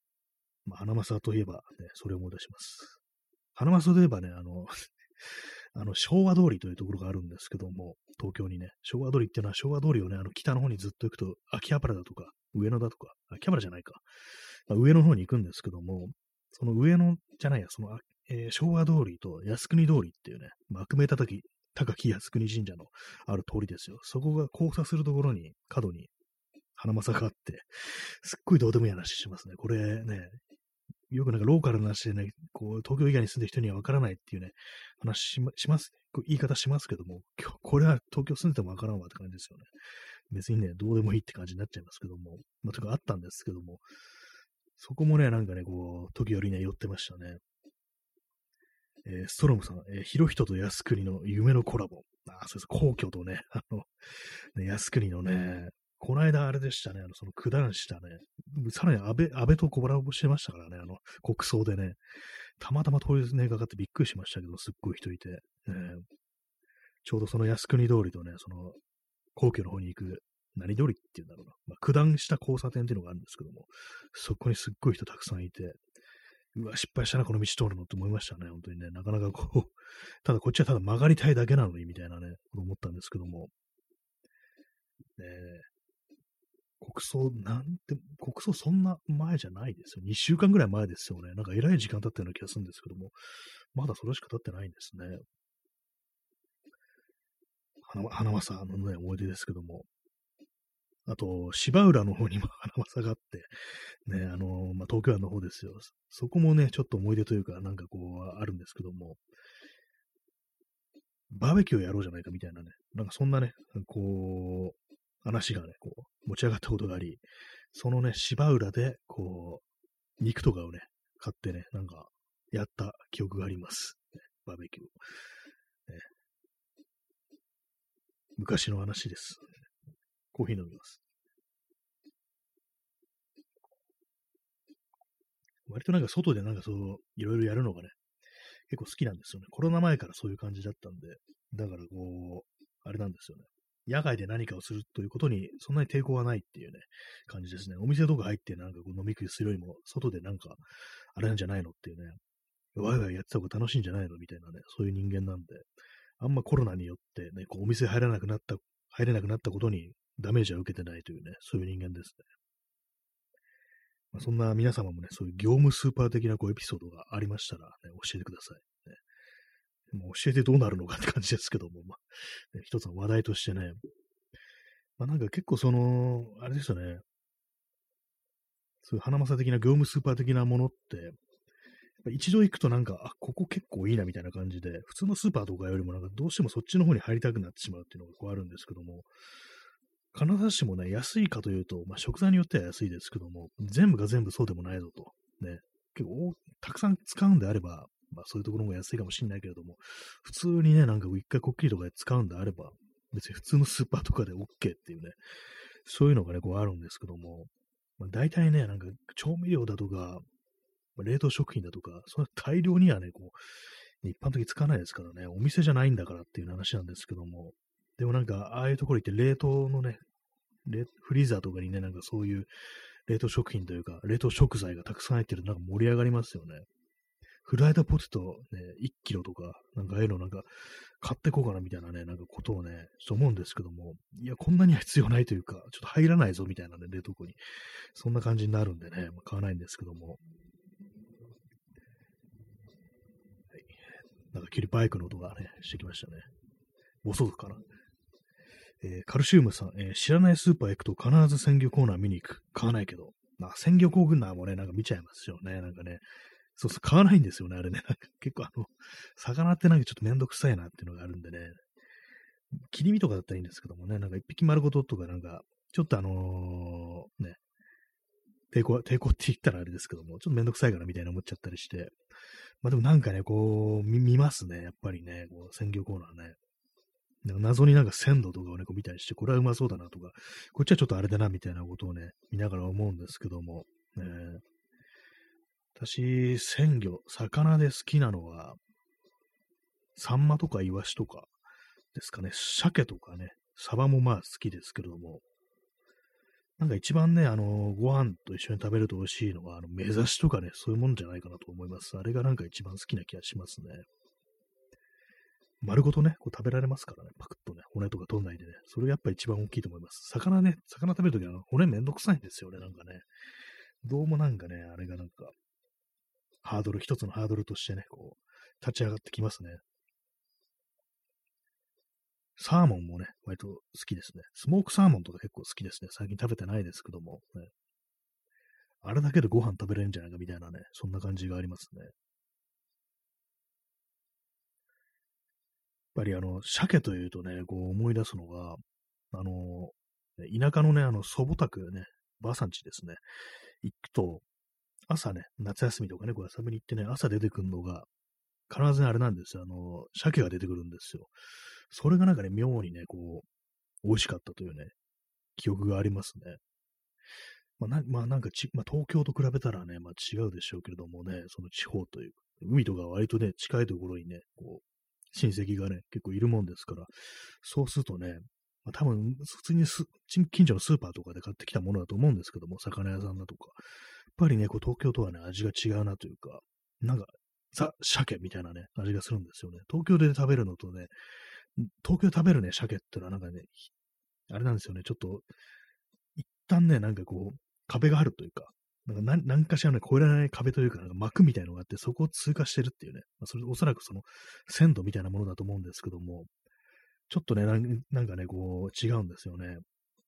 まあ、花正といえばね、それを思い出します。花正といえばね、あの、 あの、昭和通りというところがあるんですけども、東京にね、昭和通りっていうのは昭和通りをね、あの、北の方にずっと行くと、秋葉原だとか、上野だとか、秋葉原じゃないか、まあ、上の方に行くんですけども、その上野じゃないや、その、あえー昭和通りと靖国通りっていうね、まあ悪名高き、高き靖国神社のある通りですよ。そこが交差するところに、角に花正があって、すっごいどうでもいい話しますね。これね、よくなんかローカルな話でね、こう、東京以外に住んでる人にはわからないっていうね、話しまします、こう言い方しますけども、今日、これは東京住んでてもわからんわって感じですよね。別にね、どうでもいいって感じになっちゃいますけども、まあ、とかあったんですけども、そこもね、なんかね、こう、時折ね、寄ってましたね。えーストロムさん、えー、ヒロヒトと靖国の夢のコラボ。あ、そうです。皇居とね、あの、ね、靖国のね、この間あれでしたね、あの、その九段下ね、さらに安倍、安倍とコラボしてましたからね、あの、国葬でね、たまたま通りね、かかってびっくりしましたけど、すっごい人いて、えーちょうどその靖国通りとね、その、皇居の方に行く、何通りっていうんだろうな、まあ、九段下交差点っていうのがあるんですけども、そこにすっごい人たくさんいて、うわ、失敗したな、この道通るのって思いましたね、本当にね。なかなかこう、ただこっちはただ曲がりたいだけなのに、みたいなね、こと思ったんですけども、ね、国葬、なんて、国葬そんな前じゃないですよ。にしゅうかんぐらい前ですよね。なんか偉い時間経ったような気がするんですけども、まだそれしか経ってないんですね。花花正のね、思い出ですけども。あと、芝浦の方にも花正があって、ね、あの、まあ、東京湾の方ですよ。そこもね、ちょっと思い出というか、なんかこう、あるんですけども、バーベキューやろうじゃないかみたいなね、なんかそんなね、こう、話がね、こう、持ち上がったことがあり、そのね、芝浦で、こう、肉とかをね、買ってね、なんか、やった記憶があります。ね、バーベキューを、ね。昔の話です。コーヒー飲みます。割となんか外でなんかそう、いろいろやるのがね、結構好きなんですよね。コロナ前からそういう感じだったんで、だからこう、あれなんですよね。野外で何かをするということに、そんなに抵抗はないっていうね、感じですね。お店とか入ってなんかこう飲み食いするよりも、外でなんか、あれなんじゃないのっていうね、ワイワイやってた方が楽しいんじゃないのみたいなね、そういう人間なんで、あんまコロナによってね、こうお店入らなくなった、入れなくなったことにダメージは受けてないというね、そういう人間ですね。まあ、そんな皆様もね、そういう業務スーパー的なこうエピソードがありましたら、ね、教えてください。ね、もう教えてどうなるのかって感じですけども、まあ、ね、一つの話題としてね、まあ、なんか結構その、あれですよね、そういう花正的な業務スーパー的なものって、一度行くとなんか、あ、ここ結構いいなみたいな感じで、普通のスーパーとかよりもなんかどうしてもそっちの方に入りたくなってしまうっていうのがこうあるんですけども、必ずしもね、安いかというと、まあ、食材によっては安いですけども、全部が全部そうでもないぞと。ね、結構、たくさん使うんであれば、まあそういうところも安いかもしれないけれども、普通にね、なんか一回こっきりとかで使うんであれば、別に普通のスーパーとかで OK っていうね、そういうのがね、こうあるんですけども、まあ、大体ね、なんか調味料だとか、まあ冷凍食品だとか、それ大量にはね、こう、一般的に使わないですからね、お店じゃないんだからっていう話なんですけども、でもなんか、ああいうところ行って冷凍のね、レフリーザーとかにね、なんかそういう冷凍食品というか、冷凍食材がたくさん入ってるとなんか盛り上がりますよね。フライドポテトね、いちキロとか、なんかああいうのなんか買ってこうかなみたいなね、なんかことをね、ちょっと思うんですけども、いや、こんなには必要ないというか、ちょっと入らないぞみたいなね、冷凍庫に。そんな感じになるんでね、まあ、買わないんですけども。はい、なんか急にバイクの音がね、してきましたね。お外かな。えーカルシウムさん、えー知らないスーパー行くと必ず鮮魚コーナー見に行く。買わないけど。まあ、鮮魚コーナーもね、なんか見ちゃいますよね。なんかね。そうそう、買わないんですよね、あれね。なんか結構あの、魚ってなんかちょっとめんどくさいなっていうのがあるんでね。切り身とかだったらいいんですけどもね、なんか一匹丸ごととかなんか、ちょっとあのーね、抵抗、抵抗って言ったらあれですけども、ちょっとめんどくさいかなみたいな思っちゃったりして。まあでもなんかね、こう、見見ますね、やっぱりね、こう鮮魚コーナーね。なんか謎になんか鮮度とかをね、こう見たりして、これはうまそうだなとか、こっちはちょっとあれだなみたいなことをね、見ながら思うんですけども、ね、私、鮮魚、魚で好きなのは、サンマとかイワシとかですかね、鮭とかね、サバもまあ好きですけれども、なんか一番ね、あの、ご飯と一緒に食べると美味しいのは、あの、目刺しとかね、そういうもんじゃないかなと思います。あれがなんか一番好きな気がしますね。 丸ごとね、こう食べられますからね、パクッとね、骨とか取んないでね、それがやっぱ一番大きいと思います。魚ね、魚食べるときは骨めんどくさいんですよね、なんかね。どうもなんかね、あれがなんか、ハードル、一つのハードルとしてね、こう、立ち上がってきますね。サーモンもね、割と好きですね。スモークサーモンとか結構好きですね。最近食べてないですけども、ね。あれだけでご飯食べれるんじゃないかみたいなね、そんな感じがありますね。やっぱりあの、鮭というとね、こう思い出すのが、あの、田舎のね、あの、祖母宅ね、ばあさん家ですね、行くと、朝ね、夏休みとかね、こう遊びに行ってね、朝出てくるのが、必ずねあれなんですよ。あの、鮭が出てくるんですよ。それがなんかね、妙にね、こう、美味しかったというね、記憶がありますね。まあ、なまあ、なんかち、まあ、東京と比べたらね、まあ、違うでしょうけれどもね、その地方という、海とか割とね、近いところにね、こう、親戚がね、結構いるもんですから、そうするとね、まあ、多分、普通にす近近所のスーパーとかで買ってきたものだと思うんですけども、魚屋さんだとか。やっぱりね、こう東京とはね、味が違うなというか、なんか、ザ・鮭みたいなね、味がするんですよね。東京で食べるのとね、東京で食べるね、鮭ってのはなんかね、あれなんですよね、ちょっと、一旦ね、なんかこう、壁があるというか、なんか何何かしらね、越えられない壁というか、なんか膜みたいのがあって、そこを通過してるっていうね、まあ、それおそらくその鮮度みたいなものだと思うんですけども、ちょっとね、なんなんかね、こう、違うんですよね。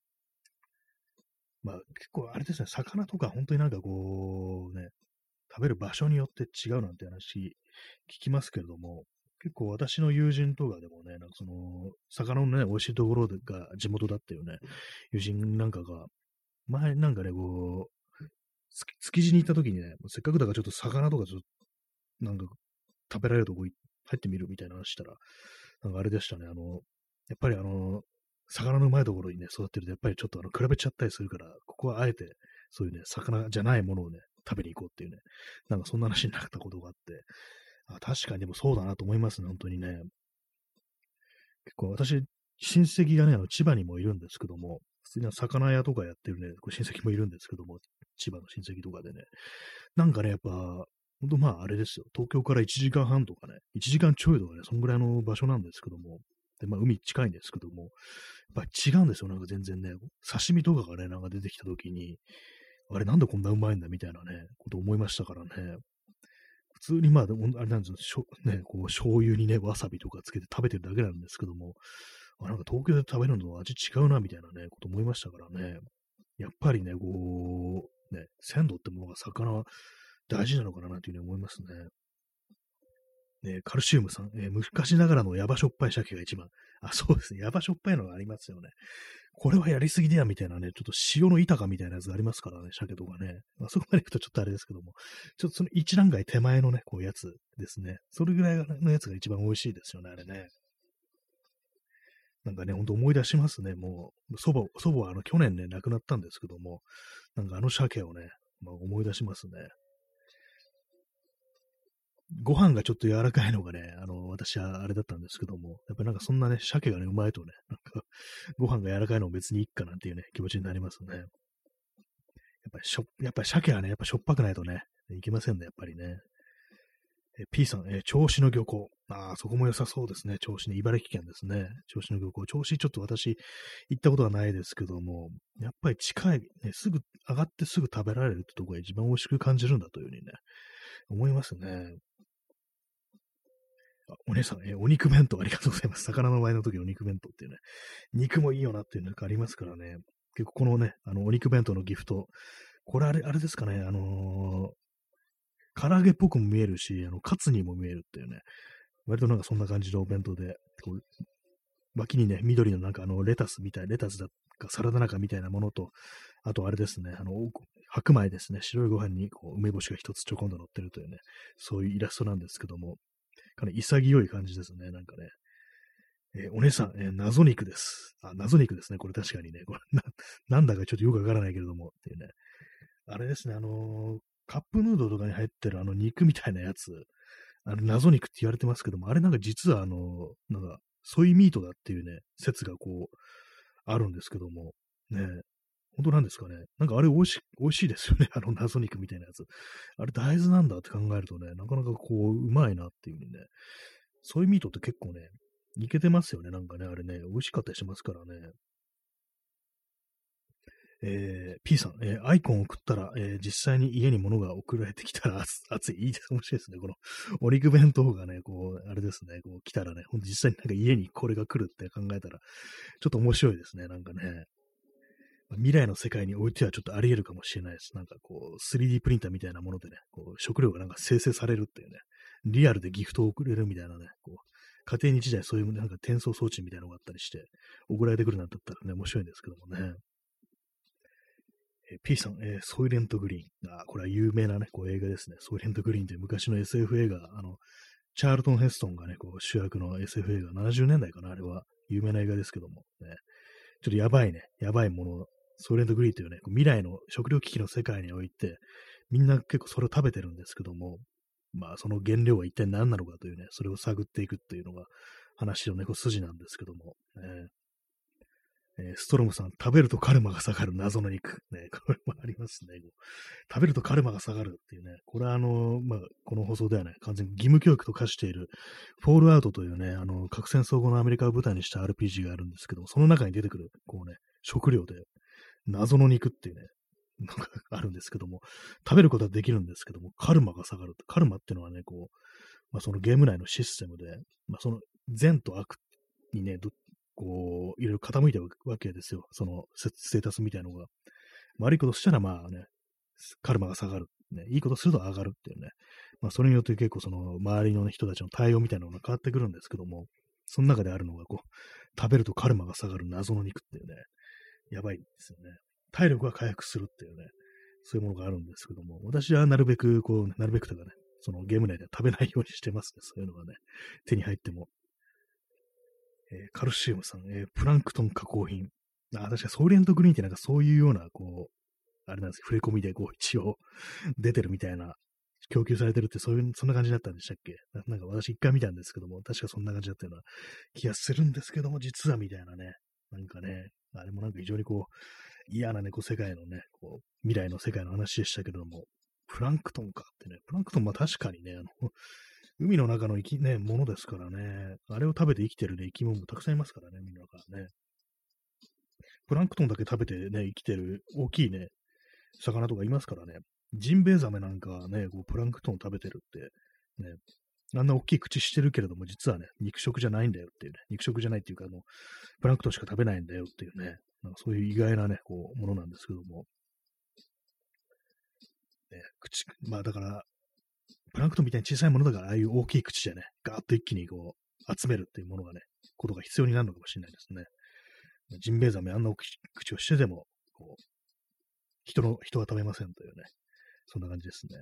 まあ、結構あれですね、魚とか本当になんかこう、ね、食べる場所によって違うなんて話聞きますけれども、結構私の友人とかでもね、なんかその、魚のね、美味しいところが地元だっていうね、友人なんかが、前なんかね、こう、つ築地に行った時にね、せっかくだからちょっと魚とかちょっと、なんか食べられるとこい入ってみるみたいな話したら、なんかあれでしたね、あの、やっぱりあの、魚のうまいところにね、育ってると、やっぱりちょっとあの、比べちゃったりするから、ここはあえて、そういうね、魚じゃないものをね、食べに行こうっていうね、なんかそんな話になったことがあって、あ、確かにでもそうだなと思いますね、本当にね。結構私、親戚がね、あの千葉にもいるんですけども、普通に魚屋とかやってるね、こう親戚もいるんですけども、千葉の親戚とかでね、なんかね、やっぱ、ほんとまああれですよ、東京からいちじかんはんとかね、いちじかんちょいとかね、そんぐらいの場所なんですけども、で、まあ海近いんですけども、やっぱ違うんですよ、なんか全然ね、刺身とかがね、なんか出てきた時に、あれなんでこんなうまいんだみたいなね、こと思いましたからね。普通にまあ、でもあれなんですよ、しょね、こう醤油にね、わさびとかつけて食べてるだけなんですけども、あ、なんか東京で食べるのと味違うな、みたいなね、こと思いましたからね。やっぱりね、こう、ね、鮮度ってものが魚は大事なのかな、なんていうふうに思いますね。ね、カルシウムさん、えー昔ながらのヤバしょっぱい鮭が一番。あ、そうですね。ヤバしょっぱいのがありますよね。これはやりすぎだよ、みたいなね、ちょっと塩の板かみたいなやつがありますからね、鮭とかね。まあ、そこまで行くとちょっとあれですけども、ちょっとその一段階手前のね、こうやつですね。それぐらいのやつが一番美味しいですよね、あれね。なんかね、ほんと思い出しますね、もう。祖母、祖母はあの去年ね、亡くなったんですけども、なんかあの鮭をね、まあ、思い出しますね。ご飯がちょっと柔らかいのがね、あの、私はあれだったんですけども、やっぱりなんかそんなね、鮭がね、うまいとね、なんか、ご飯が柔らかいのも別にいいかなんていうね、気持ちになりますね。やっぱりしょ、やっぱり鮭はね、やっぱしょっぱくないとね、いけませんね、やっぱりね。え、P さん、えー銚子の漁港。ああ、そこも良さそうですね。銚子ね、茨城県ですね。銚子の漁港。銚子ちょっと私、行ったことはないですけども、やっぱり近い、ね、すぐ、上がってすぐ食べられるってとこが一番美味しく感じるんだというふうにね、思いますね。あ、お姉さん、えーお肉弁当ありがとうございます。魚の前の時のお肉弁当っていうね、肉もいいよなっていうのがありますからね。結構このね、あの、お肉弁当のギフト、これあれ、あれですかね、あのー唐揚げっぽくも見えるし、あの、カツにも見えるっていうね、割となんかそんな感じのお弁当で、こう脇にね、緑のなんかあの、レタスみたい、レタスだかサラダ仲みたいなものと、あとあれですね、あの、白米ですね、白いご飯にこう梅干しが一つちょこんと乗ってるというね、そういうイラストなんですけども、かなり潔い感じですね、なんかね。えーお姉さん、えー謎肉です。あ、謎肉ですね、これ確かにね。これな、なんだかちょっとよくわからないけれども、っていうね。あれですね、あのーカップヌードルとかに入ってるあの肉みたいなやつ、あの謎肉って言われてますけども、あれなんか実はあのーなんか、ソイミートだっていうね、説がこう、あるんですけども、ね、本当なんですかね。なんかあれ美味しい、美味しいですよね。あの謎肉みたいなやつ。あれ大豆なんだって考えるとね、なかなかこう、うまいなっていう風にね。ソイミートって結構ね、 いけてますよね、なんかね、あれね、美味しかったりしますからね。えー、P さん、えーアイコンを送ったら、えー実際に家に物が送られてきたら熱熱い、いいです、面白いですね。このお肉弁当がね、こう、あれですね、こう来たらね、ほんと実際になんか家にこれが来るって考えたら、ちょっと面白いですね、なんかね。未来の世界においてはちょっとあり得るかもしれないです。なんかこう、スリーディー プリンターみたいなものでね、こう食料がなんか生成されるっていうね、リアルでギフトを送れるみたいなね、こう、家庭に一台そういうなんか転送装置みたいなのがあったりして、送られてくるなんて言ったらね、面白いんですけどもね。えー P さん、えーソイレントグリーン。あー、これは有名なね、こう映画ですね。ソイレントグリーンという昔の エスエフ 映画、あの、チャールトン・ヘストンがね、こう主役の エスエフ 映画、ななじゅうねんだいかな、あれは。有名な映画ですけども、ね。ちょっとやばいね、やばいもの、ソイレントグリーンというね、こう未来の食料危機の世界において、みんな結構それを食べてるんですけども、まあその原料は一体何なのかというね、それを探っていくっていうのが話のね、こう筋なんですけども、ね。えーストロムさん、食べるとカルマが下がる謎の肉。ね、これもありますね。食べるとカルマが下がるっていうね、これはあの、まあ、この放送ではね、完全に義務教育と化している、フォールアウトというね、あの、核戦争後のアメリカを舞台にした アールピージー があるんですけども、その中に出てくる、こうね、食料で、謎の肉っていうね、のがあるんですけども、食べることはできるんですけども、カルマが下がる。カルマっていうのはね、こう、まあ、そのゲーム内のシステムで、まあ、その善と悪にね、どこう、いろいろ傾いてるわけですよ。そのスステータスみたいなのが。悪いことしたら、まあね、カルマが下がる。ね、いいことすると上がるっていうね。まあ、それによって結構その周りの、ね、人たちの対応みたいなのが変わってくるんですけども、その中であるのが、こう、食べるとカルマが下がる謎の肉っていうね、やばいですよね。体力が回復するっていうね、そういうものがあるんですけども、私はなるべく、こう、なるべくとかね、そのゲーム内では食べないようにしてますね。そういうのがね、手に入っても。えーカルシウムさん、えープランクトン加工品。あ、確かソーリエントグリーンってなんかそういうような、こう、あれなんですよ、触れ込みで、こう、一応出てるみたいな、供給されてるって、そういう、そんな感じだったんでしたっけ？ななんか私一回見たんですけども、確かそんな感じだったような気がするんですけども、実はみたいなね、なんかね、あれもなんか非常にこう、嫌な猫世界のね、こう、未来の世界の話でしたけれども、プランクトンかってね、プランクトンは確かにね、あの、海の中の生き、ね、ものですからね、あれを食べて生きてるね、生き物もたくさんいますからね、海の中ね。プランクトンだけ食べてね、生きてる大きいね、魚とかいますからね。ジンベエザメなんかはね、こうプランクトンを食べてるって、ね、あんな大きい口してるけれども、実はね、肉食じゃないんだよっていうね、肉食じゃないっていうか、あの、プランクトンしか食べないんだよっていうね、なんかそういう意外なね、こう、ものなんですけども、ね、口、まあだから、プランクトンみたいに小さいものだから、ああいう大きい口でね、ガーッと一気にこう、集めるっていうものがね、ことが必要になるのかもしれないですね。ジンベエザメあんな大きい口をしてでも、こう、人の、人は食べませんというね、そんな感じですね。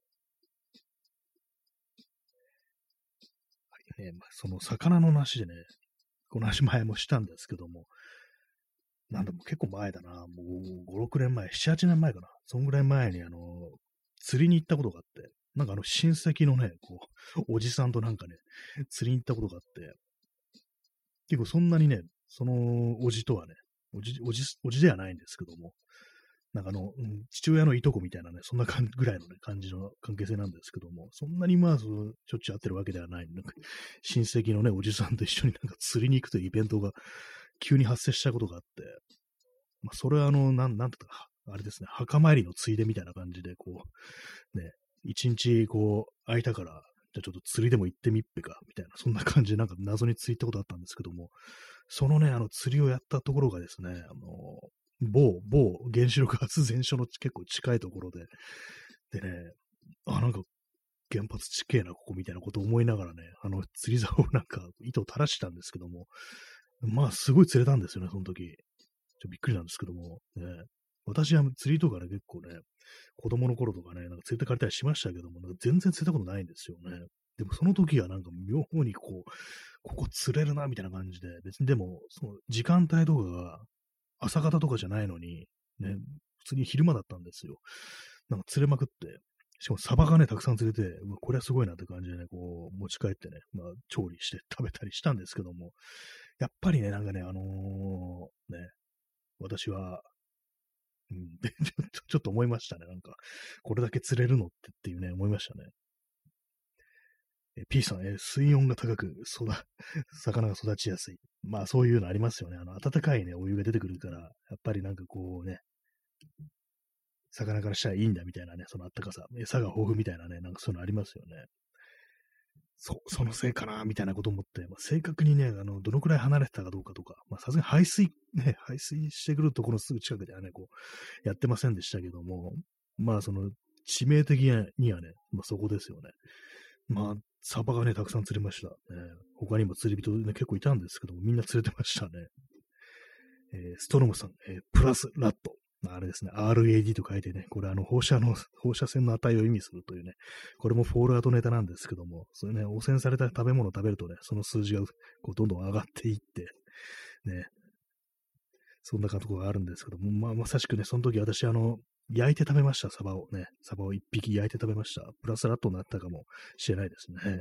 はいね、まあ、その魚の話でね、この話前もしたんですけども、なんだも結構前だな、もうご、ろくねんまえ、なな、はちねんまえかな。そんぐらい前に、あの、釣りに行ったことがあって、なんかあの親戚のね、こう、おじさんとなんかね、釣りに行ったことがあって、結構そんなにね、そのおじとはね、おじ、おじ、おじではないんですけども、なんかあの、うん、父親のいとこみたいなね、そんな感ぐらいのね、感じの関係性なんですけども、そんなにまあ、そのしょっちゅう会ってるわけではない。なんか親戚のね、おじさんと一緒になんか釣りに行くというイベントが急に発生したことがあって、まあ、それはあの、なん、なんていうか、あれですね、墓参りのついでみたいな感じで、こう、ね、一日こう、空いたから、じゃあちょっと釣りでも行ってみっぺか、みたいな、そんな感じでなんか謎についたことあったんですけども、そのね、あの釣りをやったところがですね、あの、某、某原子力発電所の結構近いところで、でね、あ、なんか原発地形な、ここみたいなことを思いながらね、あの釣り竿をなんか糸を垂らしたんですけども、まあすごい釣れたんですよね、その時。ちょびっくりなんですけども、ね、私は釣りとかね、結構ね、子供の頃とかね、なんか連れてかれたりしましたけども、なんか全然釣れたことないんですよね。でもその時はなんか妙にこう、ここ釣れるな、みたいな感じで、別にでも、その時間帯とかが朝方とかじゃないのに、ね、普通に昼間だったんですよ。なんか釣れまくって、しかもサバがね、たくさん釣れて、うわこれはすごいなって感じでね、こう、持ち帰ってね、まあ、調理して食べたりしたんですけども、やっぱりね、なんかね、あのーね、私は、うん、でちょっとちょっと思いましたね。なんか、これだけ釣れるのってっていうね、思いましたね。 え P さん、えー水温が高く、育、魚が育ちやすい。まあそういうのありますよね。あの、温かいね、お湯が出てくるから、やっぱりなんかこうね、魚からしたらいいんだみたいなね、そのあったかさ、餌が豊富みたいなね、なんかそういうのありますよね。そ、そのせいかな、みたいなこと思って、まあ、正確にね、あの、どのくらい離れてたかどうかとか、まあ、さすがに排水、ね、排水してくるところのすぐ近くではね、こう、やってませんでしたけども、まあ、その、致命的にはね、まあ、そこですよね。まあ、サバがね、たくさん釣れました。ね、他にも釣り人ね、結構いたんですけども、みんな釣れてましたね。えーストロムさん、えープラスラット。あれですね、アールエーディー と書いてね、これあの放射の、放射線の値を意味するというね、これもフォールアウトネタなんですけども、そういうね、汚染された食べ物を食べるとね、その数字がこうどんどん上がっていって、ね、そんなところがあるんですけども、まあ、まさしくね、その時私、あの、焼いて食べました、サバをね、サバを一匹焼いて食べました。プラスラットになったかもしれないですね。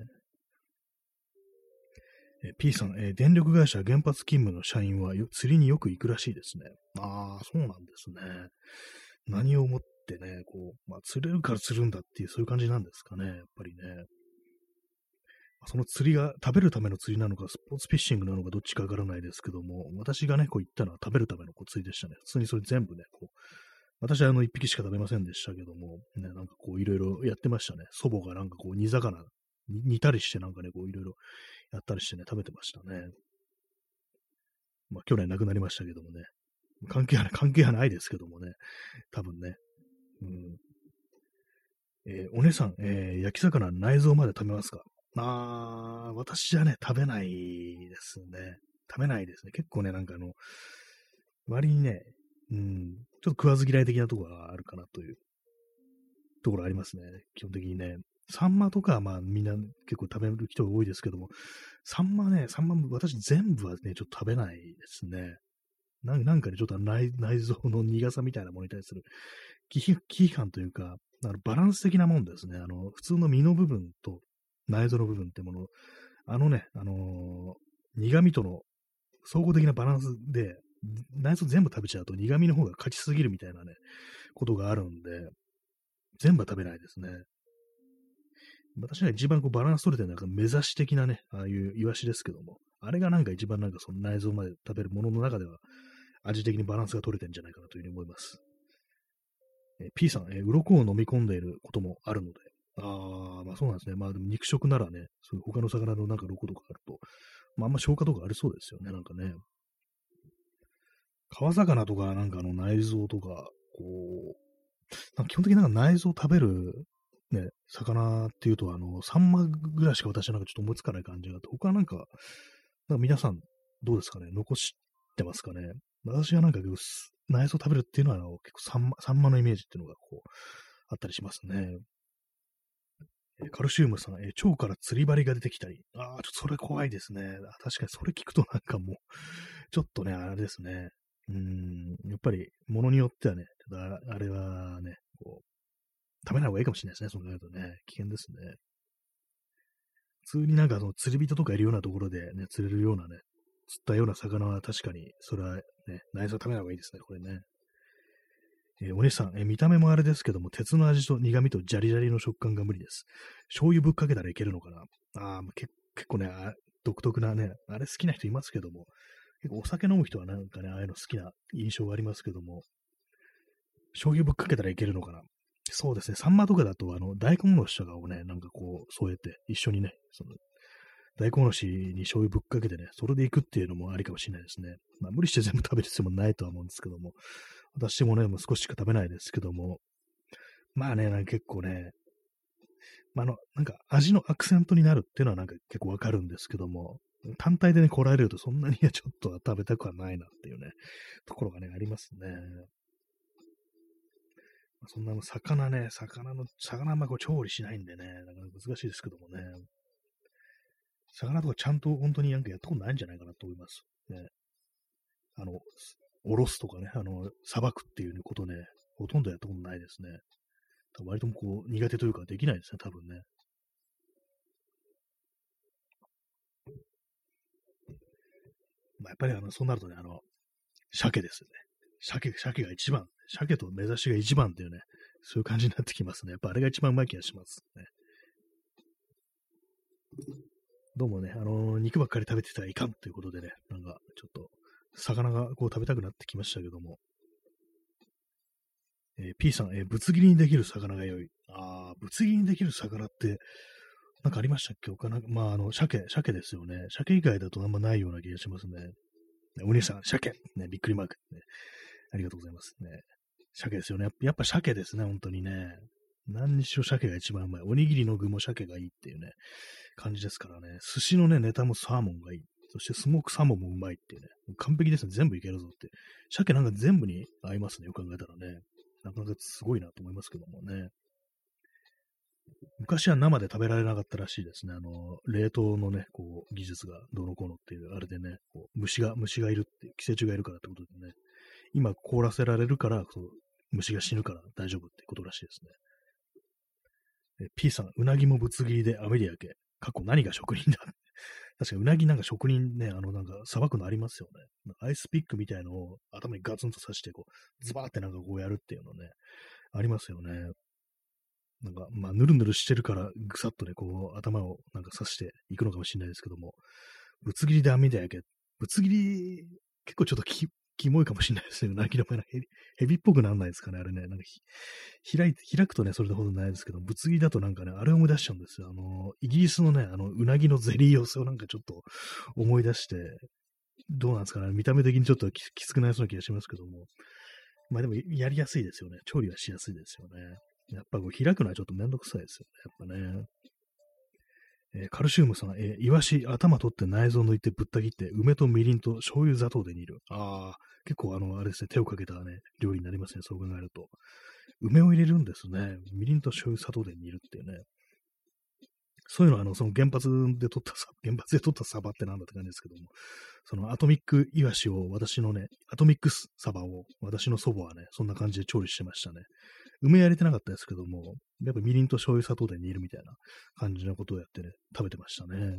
え P さん、えー電力会社原発勤務の社員はよ釣りによく行くらしいですね。ああ、そうなんですね。何を思ってね、こう、まあ、釣れるから釣るんだっていう、そういう感じなんですかね、やっぱりね。その釣りが食べるための釣りなのか、スポーツフィッシングなのか、どっちかわからないですけども、私がね、こう行ったのは食べるためのこう釣りでしたね。普通にそれ全部ね、こう、私はあの一匹しか食べませんでしたけども、ね、なんかこういろいろやってましたね。祖母がなんかこう煮魚、に煮たりしてなんかね、こういろいろやったりしてね、食べてましたね。まあ去年亡くなりましたけどもね。関係はない、関係はないですけどもね。多分ね。うん。えーお姉さん、えー焼き魚内臓まで食べますか？あー、私じゃね、食べないですね。食べないですね。結構ね、なんかあの、割にね、うん、ちょっと食わず嫌い的なところがあるかなというところありますね。基本的にね。サンマとかはまあみんな結構食べる人が多いですけども、サンマね、サンマ私全部はね、ちょっと食べないですね。なんなんかね、ちょっと内内臓の苦さみたいなものに対する忌忌避というか、あのバランス的なもんですね。あの、普通の身の部分と内臓の部分ってもの、あのね、あのー苦味との総合的なバランスで、内臓全部食べちゃうと苦味の方が勝ちすぎるみたいなね、ことがあるんで、全部は食べないですね。私が一番こうバランス取れてるのは、なんか目指し的なね、ああいうイワシですけども、あれがなんか一番なんかその内臓まで食べるものの中では、味的にバランスが取れてるんじゃないかなというふうに思います。えー P さん、えー、鱗を飲み込んでいることもあるので、ああ、まあそうなんですね。まあでも肉食ならね、そういう他の魚のなんか鱗とかあると、まああんま消化とかありそうですよね、なんかね。川魚とかなんかあの内臓とか、こう、なんか基本的になんか内臓を食べるね、魚っていうと、あの、サンマぐらいしか私はなんかちょっと思いつかない感じがあって、他はなんか、なんか皆さんどうですかね、残してますかね。私はなんか結構す内臓食べるっていうのは、あの結構サンマ、サンマのイメージっていうのがこう、あったりしますね。えカルシウムさん、え腸から釣り針が出てきたり。ああ、ちょっとそれ怖いですね。あ確かにそれ聞くとなんかもう、ちょっとね、あれですね。うーん、やっぱり、ものによってはね、ちょっとああれはね、こう、食べない方がいいかもしれないですね、そうなるとね。危険ですね。普通になんかその釣り人とかいるようなところでね、釣れるようなね、釣ったような魚は確かに、それはね、内臓食べない方がいいですね、これね。えーお姉さん、えー見た目もあれですけども、鉄の味と苦味とジャリジャリの食感が無理です。醤油ぶっかけたらいけるのかな。ああ、まあけ結構ねあ、独特なね、あれ好きな人いますけども、結構お酒飲む人はなんかね、ああいうの好きな印象がありますけども、醤油ぶっかけたらいけるのかな。そうですね、サンマとかだと、あの、大根おろしとかをね、なんかこう、添えて、一緒にね、その、大根おろしに醤油ぶっかけてね、それでいくっていうのもありかもしれないですね。まあ、無理して全部食べる必要もないとは思うんですけども、私もね、もう少ししか食べないですけども、まあね、なんか結構ね、まあ、あの、なんか味のアクセントになるっていうのはなんか結構わかるんですけども、単体でね、来られるとそんなにちょっとは食べたくはないなっていうね、ところがね、ありますね。そんなの魚ね、魚の、魚あんまこう調理しないんでね、なかなか難しいですけどもね、魚とかちゃんと本当になんかやったことないんじゃないかなと思います。ね、あの、おろすとかね、あの、さばくっていうことね、ほとんどやったことないですね。割とこう苦手というかできないですね、多分ね。まあ、やっぱりあの、そうなるとね、あの、鮭ですよね。鮭、鮭が一番。鮭と目指しが一番っていうね、そういう感じになってきますね。やっぱあれが一番うまい気がしますね。 どうもね、あのー肉ばっかり食べてたらいかんということでね、なんか、ちょっと、魚がこう食べたくなってきましたけども、えー P さん、えーぶつ切りにできる魚が良い。ああ、ぶつ切りにできる魚って、なんかありましたっけ？おかな、まあ、あの、鮭、鮭ですよね。鮭以外だとあんまないような気がしますね。お兄さん、鮭ね、びっくりマーク、ね。ありがとうございますね。鮭ですよね。やっぱ鮭ですね、本当にね。何にしろ鮭が一番うまい。おにぎりの具も鮭がいいっていうね、感じですからね。寿司のね、ネタもサーモンがいい。そしてスモークサーモンもうまいっていうね。完璧ですね。全部いけるぞって。鮭なんか全部に合いますね。よく考えたらね。なかなかすごいなと思いますけどもね。昔は生で食べられなかったらしいですね。あの、冷凍のね、こう、技術がどうのこうのっていう、あれでね、こう虫が、虫がいるっていう、寄生虫がいるからってことでね、今凍らせられるから、そう虫が死ぬから大丈夫ってことらしいですね。え P さん、うなぎもぶつ切りで網で焼け。過去何が職人だ確かにうなぎなんか職人ね、あのなんかさばくのありますよね。なんかアイスピックみたいのを頭にガツンと刺して、こう、ズバーってなんかこうやるっていうのね、ありますよね。なんか、まあ、ぬるぬるしてるから、ぐさっとね、こう、頭をなんか刺していくのかもしれないですけども、ぶつ切りで網で焼け。ぶつ切り、結構ちょっとき、キモいかもしれないですね。うなぎの前のヘビ、ヘビっぽくなんないですかね、あれね。なんかひ、開いて、開くとね、それでほどないですけど、ぶつ切りだとなんかね、あれを思い出しちゃうんですよ。あの、イギリスのね、あの、うなぎのゼリー寄せをなんかちょっと思い出して、どうなんですかね。見た目的にちょっとききつくなりそうな気がしますけども。まあでも、やりやすいですよね。調理はしやすいですよね。やっぱこう開くのはちょっとめんどくさいですよね。やっぱね。えーカルシウムさん、えーイワシ、頭取って内臓抜いてぶった切って、梅とみりんと醤油砂糖で煮る。ああ、結構あの、あれですね、手をかけたね、料理になりますね、そう考えると。梅を入れるんですね。みりんと醤油砂糖で煮るっていうね。そういうのは、あの、その原発で取ったさ、原発で取ったサバってなんだって感じですけども、そのアトミックイワシを私のね、アトミックサバを私の祖母はね、そんな感じで調理してましたね。梅やれてなかったですけども、やっぱみりんと醤油砂糖で煮るみたいな感じのことをやってね、食べてましたね。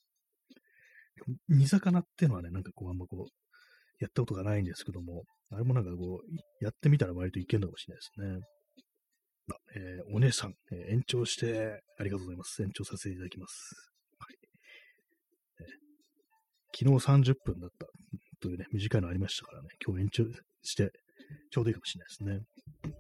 煮魚っていうのはね、なんかこう、あんまこう、やったことがないんですけども、あれもなんかこう、やってみたら割といけるのかもしれないですね。あえーお姉さん、えー延長してありがとうございます。延長させていただきます。はいえー昨日さんじゅっぷんだったというね、短いのありましたからね、今日延長してちょうどいいかもしれないですね。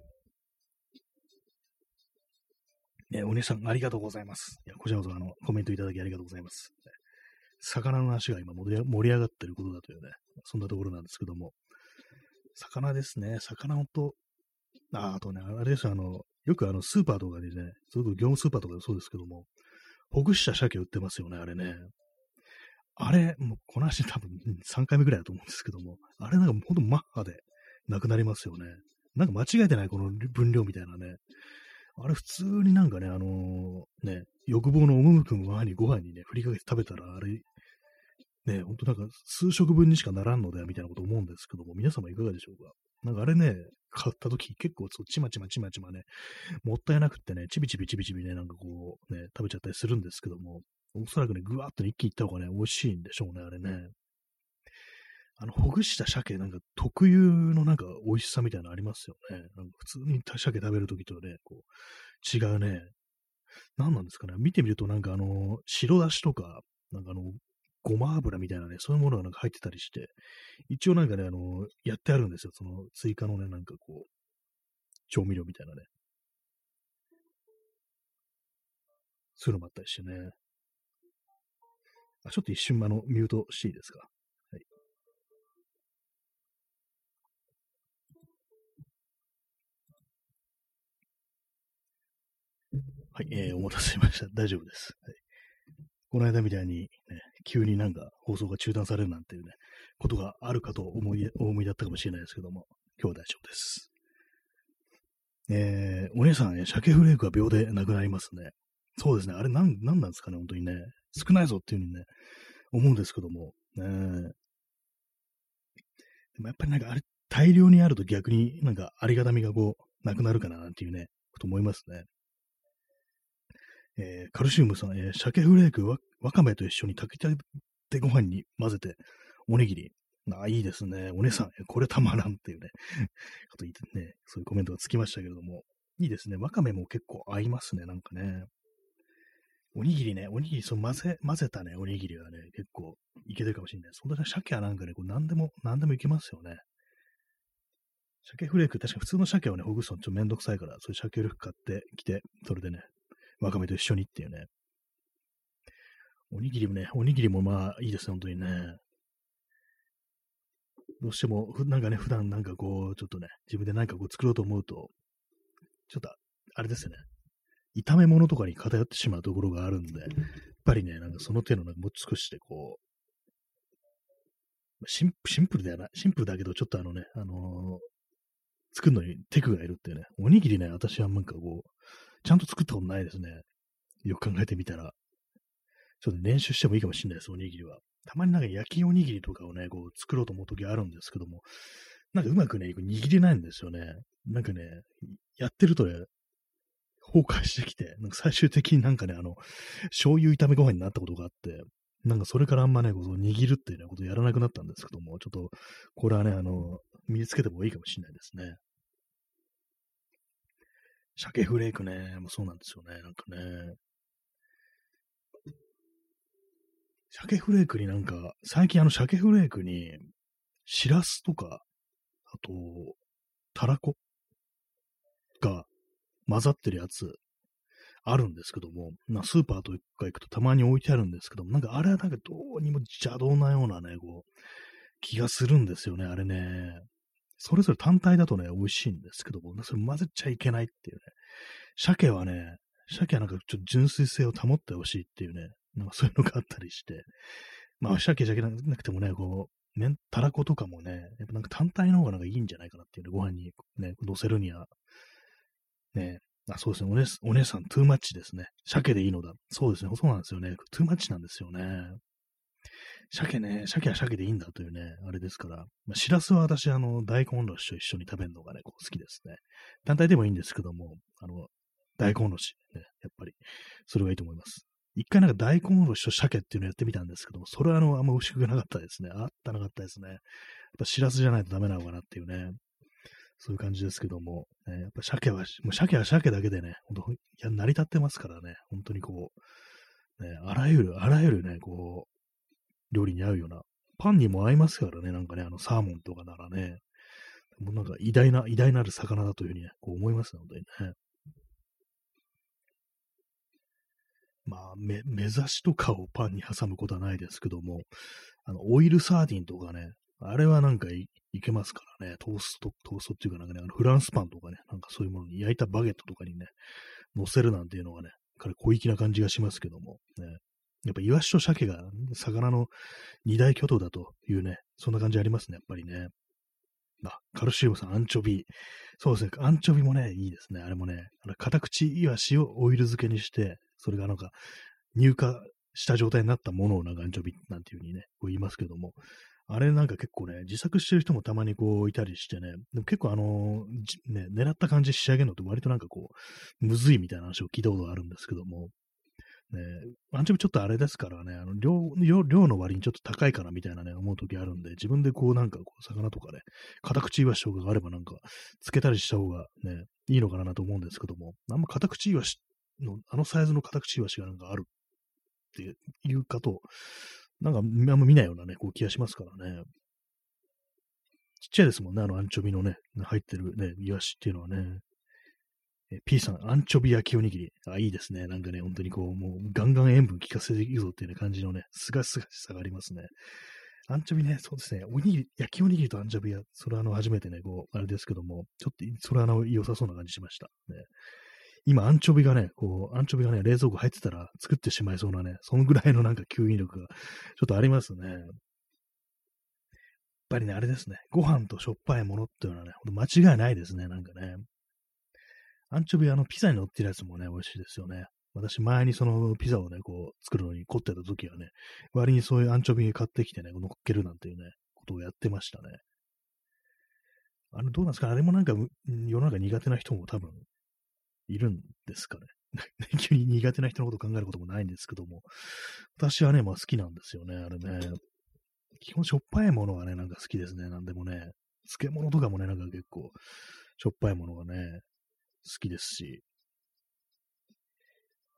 ね、お姉さん、ありがとうございます。いや、こちらこそ、あの、コメントいただきありがとうございます。魚の足が今盛り盛り上がっていることだというね、そんなところなんですけども、魚ですね、魚ほんと、あ、あとね、あれですあの、よくあの、スーパーとかでね、すごく業務スーパーとかでそうですけども、ほぐした鮭売ってますよね、あれね。あれ、もうこの話多分さんかいめぐらいだと思うんですけども、あれなんかほんとマッハでなくなりますよね。なんか間違えてないこの分量みたいなね。あれ普通になんかね、あのーね、欲望の赴くままにご飯にね、振りかけて食べたら、あれ、ね、ほんとなんか数食分にしかならんのだよみたいなこと思うんですけども、皆様いかがでしょうか。なんかあれね、買った時結構そうちまちまちまちまね、もったいなくってね、ちびちびちびちびね、なんかこうね、食べちゃったりするんですけども、おそらくね、ぐわーっと一気にいった方がね、美味しいんでしょうね、あれね。あの、ほぐした鮭、なんか特有のなんか美味しさみたいなのありますよね。なんか普通に鮭食べるときとね、こう、違うね。何なんですかね。見てみるとなんかあの、白だしとか、なんかあの、ごま油みたいなね、そういうものがなんか入ってたりして、一応なんかね、あの、やってあるんですよ。その追加のね、なんかこう、調味料みたいなね。そういうのもあったりしてね。あ、ちょっと一瞬あの、ミュートしていいですか。はい。はい、えー、お待たせしました。大丈夫です。はい、この間みたいに、ね、急になんか放送が中断されるなんていうね、ことがあるかと思い、お思いだったかもしれないですけども、今日は大丈夫です。えー、お姉さん、ね、鮭フレークは秒でなくなりますね。そうですね。あれなん、なんなんですかね、本当にね。少ないぞっていうふうにね、思うんですけども。ね、でもやっぱりなんかあれ、大量にあると逆になんかありがたみがこう、なくなるかななんていうね、こと思いますね。えー、カルシウムさん、えー、鮭フレークわ、わかめと一緒に炊きたてご飯に混ぜて、おにぎり。あ、いいですね。お姉さん、これたまらんっていうね、こと言ってね、そういうコメントがつきましたけれども、いいですね。わかめも結構合いますね、なんかね。 おにぎりね、おにぎり、そう、混ぜ、混ぜたね、おにぎりはね、結構いけてるかもしれないです。本当に鮭はなんかね、こう何でも、何でもいけますよね。鮭フレーク、確か普通の鮭をね、ほぐすのちょっとめんどくさいから、そういう鮭フレーク買ってきて、それでね、わかめと一緒にっていうね。おにぎりもね、おにぎりもまあいいですね、本当にね。どうしても、ふなんかね、普段なんかこう、ちょっとね、自分で何かこう作ろうと思うと、ちょっと、あれですね、炒め物とかに偏ってしまうところがあるんで、やっぱりね、なんかその手のなんかもう少しでこう、シンシンプルではない、シンプルだけど、ちょっとあのね、あのー作るのにテクがいるっていうね、おにぎりね、私はなんかこう、ちゃんと作ったことないですね。よく考えてみたら。ちょっと練習してもいいかもしれないです、おにぎりは。たまになんか焼きおにぎりとかをね、こう作ろうと思うときあるんですけども、なんかうまくね、握れないんですよね。なんかね、やってるとね、崩壊してきて、なんか最終的になんかね、あの、醤油炒めご飯になったことがあって、なんかそれからあんまね、こう握るっていうようなことをやらなくなったんですけども、ちょっと、これはね、あの、身につけてもいいかもしれないですね。鮭フレークね、もうそうなんですよね、なんかね。鮭フレークになんか、最近あの鮭フレークに、しらすとか、あと、たらこが混ざってるやつあるんですけども、なスーパーとか行くとたまに置いてあるんですけども、なんかあれはなんかどうにも邪道なようなね、こう、気がするんですよね、あれね。それぞれ単体だとね、美味しいんですけども、それ混ぜちゃいけないっていうね。鮭はね、鮭はなんかちょっと純粋性を保ってほしいっていうね、なんかそういうのがあったりして、まあ、鮭じゃなくてもね、こう、ね、たらことかもね、やっぱなんか単体の方がなんかいいんじゃないかなっていうね、ご飯にね、乗せるには、ね、あ、そうですね、お姉お姉さん、トゥーマッチですね。鮭でいいのだ。そうですね、そうなんですよね。トゥーマッチなんですよね。鮭ね、鮭は鮭でいいんだというね、あれですから。まあ、しらすは私、あの、大根おろしと一緒に食べるのがね、こう好きですね。単体でもいいんですけども、あの、大根おろし、ね、やっぱり、それがいいと思います。一回なんか大根おろしと鮭っていうのやってみたんですけども、それはあの、あんま美味しくなかったですね。あったなかったですね。やっぱしらすじゃないとダメなのかなっていうね、そういう感じですけども、ね、やっぱ鮭は、もう鮭は鮭だけでね、ほんと、いや、成り立ってますからね、本当にこう、ね、あらゆる、あらゆるね、こう、料理に合うような、パンにも合いますからね、なんかね、あの、サーモンとかならね、もうなんか偉大な、偉大なる魚だというふうにね、こう思いますのでね。まあ、め、目指しとかをパンに挟むことはないですけども、あの、オイルサーディンとかね、あれはなんかい、いけますからね、トースト、トーストっていうかなんかね、あのフランスパンとかね、なんかそういうものに焼いたバゲットとかにね、乗せるなんていうのがね、彼小粋な感じがしますけども、ね。やっぱイワシと鮭が魚の二大巨頭だというね、そんな感じありますね、やっぱりね。あ、カルシウムさん、アンチョビ。そうですね、アンチョビもね、いいですね。あれもね、あの、カ口イワシをオイル漬けにして、それがなんか、乳化した状態になったものをなんかアンチョビなんていう風にね、こう言いますけども、あれなんか結構ね、自作してる人もたまにこういたりしてね、でも結構あのーね、狙った感じ仕上げるのって割となんかこう、むずいみたいな話を聞いたことがあるんですけども、ね、アンチョビちょっとあれですからね、あの量、量、量の割にちょっと高いかなみたいなね、思う時あるんで、自分でこうなんかこう、魚とかね、片口イワシとかがあればなんか、つけたりした方がね、いいのかなと思うんですけども、あんま片口イワシの、あのサイズの片口イワシがなんかあるっていうかと、なんかあんま見ないようなね、こう気がしますからね。ちっちゃいですもんね、あのアンチョビのね、入ってるね、イワシっていうのはね。え P さん、アンチョビ焼きおにぎり。あ、いいですね。なんかね、本当にこう、もうガンガン塩分効かせていくぞっていう、ね、感じのね、すがすがしさがありますね。アンチョビね、そうですね。おにぎり、焼きおにぎりとアンチョビは、それはあの、初めてね、こう、あれですけども、ちょっと、それはあの、良さそうな感じしました。ね、今、アンチョビがね、こう、アンチョビがね、冷蔵庫入ってたら作ってしまいそうなね、そのぐらいのなんか吸引力が、ちょっとありますね。やっぱりね、あれですね。ご飯としょっぱいものっていうのはね、ほんと間違いないですね、なんかね。アンチョビ、あの、ピザに乗ってるやつもね、美味しいですよね。私、前にそのピザをね、こう、作るのに凝ってた時はね、割にそういうアンチョビ買ってきてね、乗っけるなんていうね、ことをやってましたね。あの、どうなんですかあれもなんか、世の中苦手な人も多分いるんですかね。急に苦手な人のことを考えることもないんですけども、私はね、まあ好きなんですよね、あれね。基本しょっぱいものがね、なんか好きですね、なんでもね。漬物とかもね、なんか結構、しょっぱいものがね、好きですし、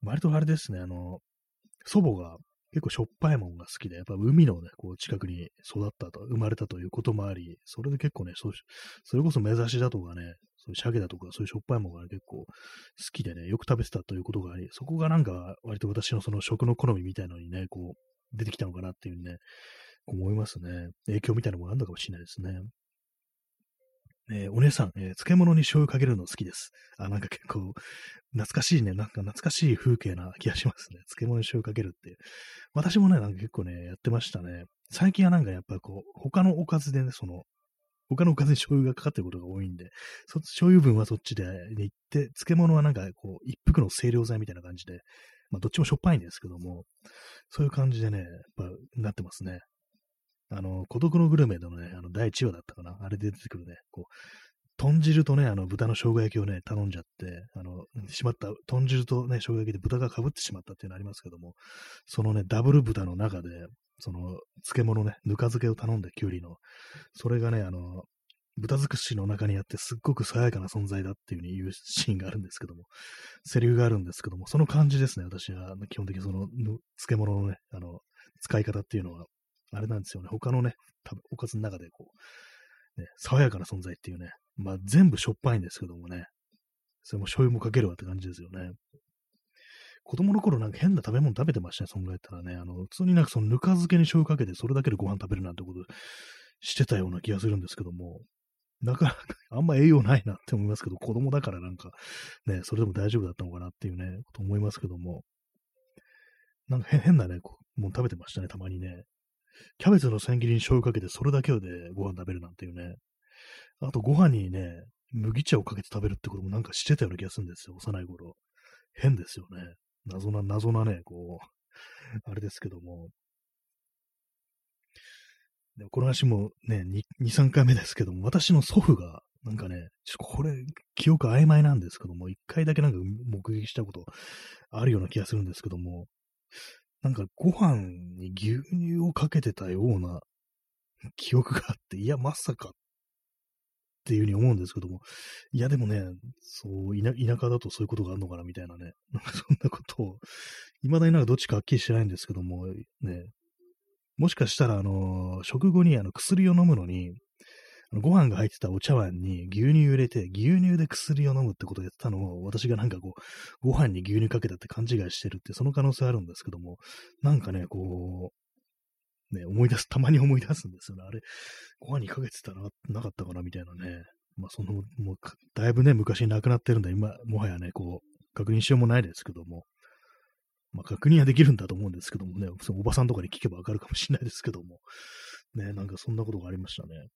割とあれですね、あの、祖母が結構しょっぱいもんが好きで、やっぱ海のね、こう近くに育ったと、生まれたということもあり、それで結構ね、そうそれこそ目指しだとかね、そういう鮭だとか、そういうしょっぱいもんが、ね、結構好きでね、よく食べてたということがあり、そこがなんか割と私のその食の好みみたいなのにね、こう、出てきたのかなっていうね、思いますね。影響みたいなものがあるのかもしれないですね。えーお姉さん、えー漬物に醤油かけるの好きです。あ、なんか結構、懐かしいね、なんか懐かしい風景な気がしますね。漬物に醤油かけるって。私もね、なんか結構ね、やってましたね。最近はなんかやっぱこう、他のおかずでね、その、他のおかずに醤油がかかってることが多いんで、そ醤油分はそっちで行って、漬物はなんかこう、一服の清涼剤みたいな感じで、まあどっちもしょっぱいんですけども、そういう感じでね、やっぱなってますね。あの、孤独のグルメのね、あの、だいいちわだったかな。あれで出てくるね、こう、豚汁とね、あの、豚の生姜焼きをね、頼んじゃって、あの、しまった、豚汁とね、生姜焼きで豚が被ってしまったっていうのありますけども、そのね、ダブル豚の中で、その、漬物ね、ぬか漬けを頼んで、きゅうりの。それがね、あの、豚尽くしの中にあって、すっごく爽やかな存在だっていう風に言うシーンがあるんですけども、セリフがあるんですけども、その感じですね、私は、基本的にその、ぬ漬物のね、あの、使い方っていうのは、あれなんですよね、他のね、多分おかずの中でこう、ね、爽やかな存在っていうね、まあ全部しょっぱいんですけどもね、それも醤油もかけるわって感じですよね。子供の頃なんか変な食べ物食べてましたね、そんぐらいやったらね。あの、普通になんかそのぬか漬けに醤油かけてそれだけでご飯食べるなんてことしてたような気がするんですけども、なかなかあんま栄養ないなって思いますけど、子供だからなんかね、それでも大丈夫だったのかなっていうね、こと思いますけども、なんか変変なね、こうもう食べてましたね、たまにね。キャベツの千切りに醤油かけてそれだけでご飯食べるなんていうね。あとご飯にね、麦茶をかけて食べるってこともなんかしてたような気がするんですよ、幼い頃。変ですよね。謎な、謎なね、こう、あれですけども。でもこの話もね、に、に、さんかいめですけども、私の祖父が、なんかね、ちょっとこれ、記憶曖昧なんですけども、一回だけなんか目撃したことあるような気がするんですけども、なんかご飯に牛乳をかけてたような記憶があって、いや、まさかっていうふうに思うんですけども、いや、でもね、そう、田田舎だとそういうことがあるのかなみたいなね、なんかそんなことを、未だになんかどっちかはっきりしてないんですけども、ね、もしかしたら、あの、食後にあの薬を飲むのに、あのご飯が入ってたお茶碗に牛乳入れて、牛乳で薬を飲むってことをやってたのを、私がなんかこう、ご飯に牛乳かけたって勘違いしてるって、その可能性あるんですけども、なんかね、こう、ね、思い出す、たまに思い出すんですよね。あれ、ご飯にかけてたらなかったかなみたいなね。まあ、その、もうか、だいぶね、昔に亡くなってるんで、今、もはやね、こう、確認しようもないですけども、まあ、確認はできるんだと思うんですけどもね、そのおばさんとかに聞けばわかるかもしれないですけども、ね、なんかそんなことがありましたね。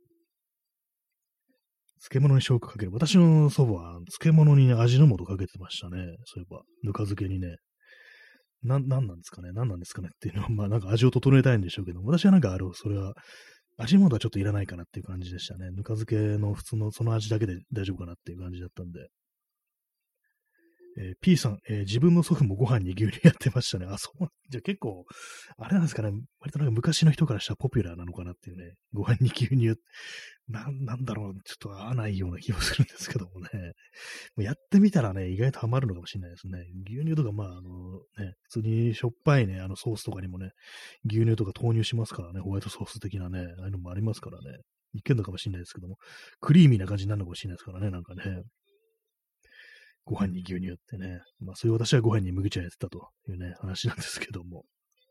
漬物に醤油かける。私の祖母は漬物にね、味の素かけてましたね。そういえば、ぬか漬けにね。な、なんなんですかね。なんなんですかねっていうのは、まあなんか味を整えたいんでしょうけど、私はなんかあれ、それは、味の素はちょっといらないかなっていう感じでしたね。ぬか漬けの普通のその味だけで大丈夫かなっていう感じだったんで。えー P さん、えー自分の祖父もご飯に牛乳やってましたね。あ、そう、じゃあ結構、あれなんですかね。割となんか昔の人からしたらポピュラーなのかなっていうね。ご飯に牛乳、なん、なんだろう。ちょっと合わないような気もするんですけどもね。もうやってみたらね、意外とハマるのかもしれないですね。牛乳とか、まあ、あのね、普通にしょっぱいね、あのソースとかにもね、牛乳とか投入しますからね、ホワイトソース的なね、ああいうのもありますからね。いけるのかもしれないですけども、クリーミーな感じになるのかもしれないですからね、なんかね。ご飯に牛乳ってね。まあ、そういう私はご飯に麦茶やってたというね、話なんですけども。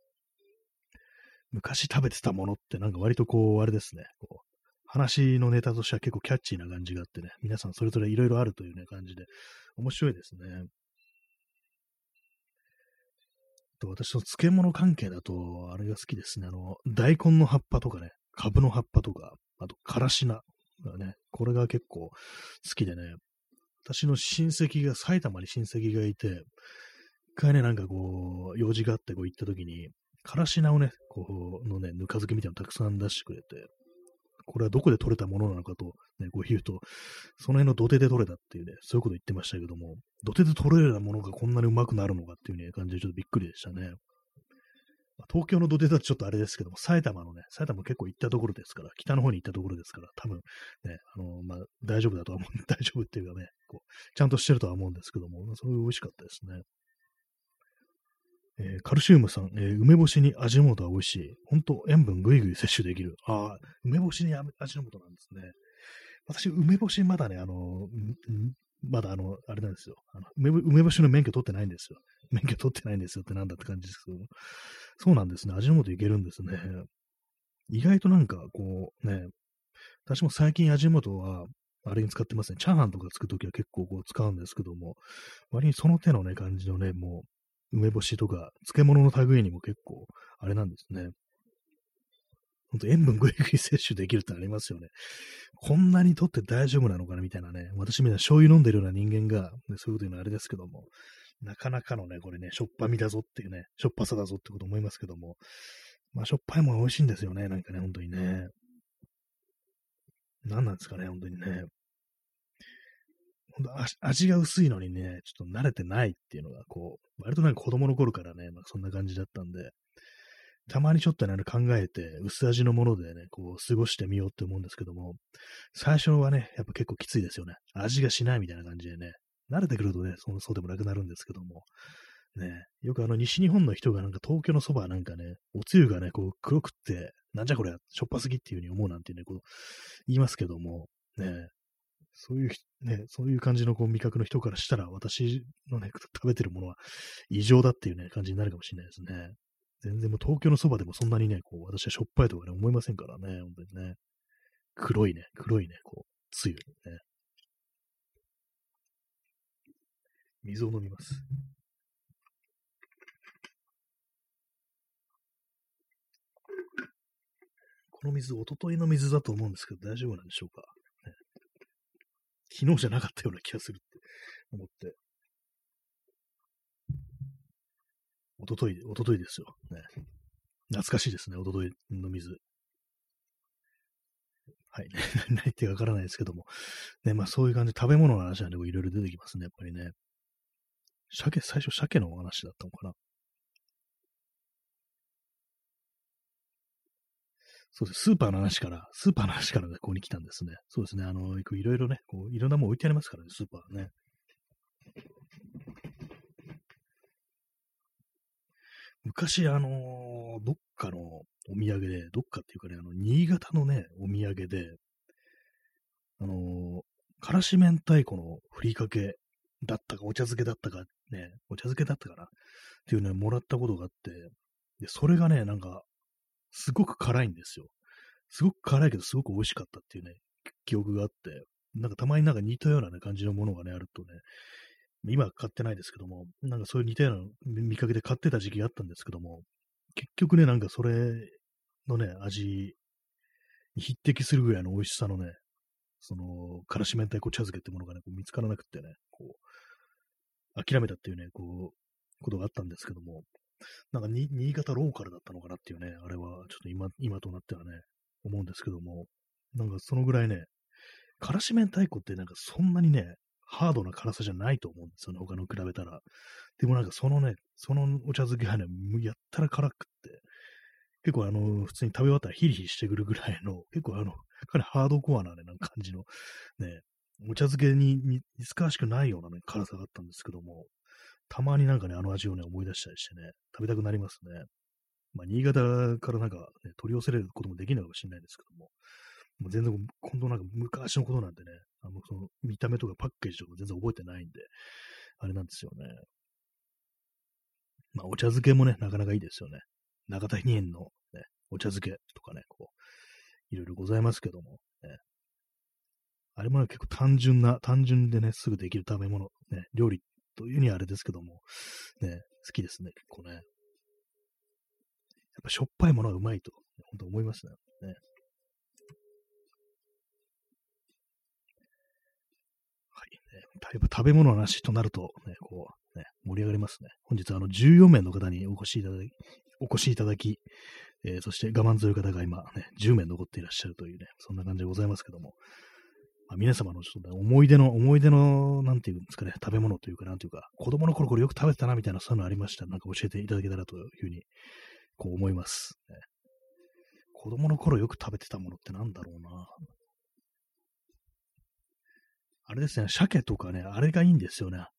昔食べてたものってなんか割とこう、あれですね。こう話のネタとしては結構キャッチーな感じがあってね、皆さんそれぞれいろいろあるというね、感じで、面白いですね。と私の漬物関係だと、あれが好きですね。あの、大根の葉っぱとかね、株の葉っぱとか、あと、からし菜がね、これが結構好きでね、私の親戚が、埼玉に親戚がいて、一回ね、なんかこう、用事があってこう行った時に、からし菜をね、こう、のね、ぬか漬けみたいなのたくさん出してくれて、これはどこで取れたものなのかと、ね、こう言うと、その辺の土手で取れたっていうね、そういうこと言ってましたけども、土手で取れるものがこんなにうまくなるのかっていうね、感じでちょっとびっくりでしたね。まあ東京の土手だとちょっとあれですけども、埼玉のね、埼玉結構行ったところですから、北の方に行ったところですから、多分ね、あの、まあ、大丈夫だとは思う、大丈夫っていうかね、こう、ちゃんとしてるとは思うんですけども、それ美味しかったですね。 えーカルシウムさん、えー梅干しに味の素は美味しい。ほんと、塩分ぐいぐい摂取できる。ああ、梅干しに味の素なんですね。私、梅干しまだね、あの、んんまだあの、あれなんですよ。あの梅梅干しの免許取ってないんですよ。免許取ってないんですよってなんだって感じですけども。そうなんですね。味の素いけるんですね。意外となんか、こうね、私も最近味の素は、あれに使ってますね。チャーハンとか作るときは結構こう使うんですけども、割にその手のね、感じのね、もう、梅干しとか、漬物の類にも結構、あれなんですね。ほんと塩分ぐいぐい摂取できるってありますよね。こんなにとって大丈夫なのかなみたいなね。私みたいな醤油飲んでるような人間が、ね、そういうこと言うのはあれですけども、なかなかのね、これね、しょっぱみだぞっていうね、しょっぱさだぞってこと思いますけども、まあ、しょっぱいもの美味しいんですよね、なんかね、本当にね。何なんですかね、本当にね。ほんと味味が薄いのにね、ちょっと慣れてないっていうのが、こう、割となんか子供の頃からね、まあ、そんな感じだったんで、たまにちょっとね、考えて、薄味のものでね、こう、過ごしてみようって思うんですけども、最初はね、やっぱ結構きついですよね。味がしないみたいな感じでね、慣れてくるとね、そそうでもなくなるんですけども、ね、よくあの西日本の人がなんか東京のそばなんかね、おつゆがね、こう黒くって、なんじゃこれ、しょっぱすぎっていう風に思うなんてね、こう言いますけども、ね、そういうひ、ね、そういう感じのこう味覚の人からしたら、私のね、食べてるものは異常だっていうね、感じになるかもしれないですね。全然もう東京のそばでもそんなにね、こう、私はしょっぱいとかね、思いませんからね、本当にね。黒いね、黒いね、こう、つゆね。水を飲みます。この水、おとといの水だと思うんですけど、大丈夫なんでしょうか。ね、昨日じゃなかったような気がするって思って。おととい、おとといですよ。ね。懐かしいですね、おとといの水。はい。何言ってかわからないですけども。ね、まあそういう感じで食べ物の話はね、いろいろ出てきますね、やっぱりね。鮭、最初鮭のお話だったのかな。そうです。スーパーの話から、スーパーの話からね、ここに来たんですね。そうですね。あの、いろいろね、こういろんなもん置いてありますからね、スーパーね。昔、あのーどっかのお土産で、どっかっていうかね、あの、新潟のね、お土産で、あのーからし明太子のふりかけだったか、お茶漬けだったか、ね、お茶漬けだったかなっていうね、もらったことがあって、で、それがね、なんか、すごく辛いんですよ。すごく辛いけど、すごく美味しかったっていうね、記憶があって、なんかたまになんか似たような、ね、感じのものがね、あるとね、今は買ってないですけども、なんかそういう似たような見かけで買ってた時期があったんですけども、結局ね、なんかそれのね、味に匹敵するぐらいの美味しさのね、その、からし明太子茶漬けってものがね、こう見つからなくってね、こう、諦めたっていうね、こう、ことがあったんですけども、なんかに、新潟ローカルだったのかなっていうね、あれはちょっと今、今となってはね、思うんですけども、なんかそのぐらいね、からし明太子ってなんかそんなにね、ハードな辛さじゃないと思うんですよね、他の比べたら。でもなんかそのね、そのお茶漬けがね、やったら辛くって、結構あの、普通に食べ終わったらヒリヒリしてくるぐらいの、結構あの、かなりハードコアなね、なんか感じのね、お茶漬けに似つかわしくないようなね、辛さがあったんですけども、たまになんかね、あの味をね、思い出したりしてね、食べたくなりますね。まあ、新潟からなんか、ね、取り寄せれることもできないかもしれないですけども、もう全然、今度なんか昔のことなんでね、あの、その見た目とかパッケージとか全然覚えてないんで、あれなんですよね。まあ、お茶漬けもね、なかなかいいですよね。中谷園の、ね、お茶漬けとかね、こう、いろいろございますけども、ね、あれもね、結構単純な、単純でね、すぐできる食べ物、ね、料理というにはあれですけども、ね、好きですね、結構ね。やっぱしょっぱいものはうまいと、本当思いますね。ね、はい、ね。やっぱ食べ物の話となると、ね、こう、ね、盛り上がりますね。本日はあのじゅうよん名の方にお越しいただき、お越しいただき、えー、そして我慢強い方が今ね、じゅう名残っていらっしゃるというね、そんな感じでございますけども、まあ、皆様のちょっと、ね、思い出の、思い出の、なんていうんですかね、食べ物というか、なんていうか、子供の頃これよく食べてたな、みたいな、そういうのありましたら、なんか教えていただけたらというふうに、こう思います、ね。子供の頃よく食べてたものってなんだろうな。あれですね、鮭とかね、あれがいいんですよね。あの、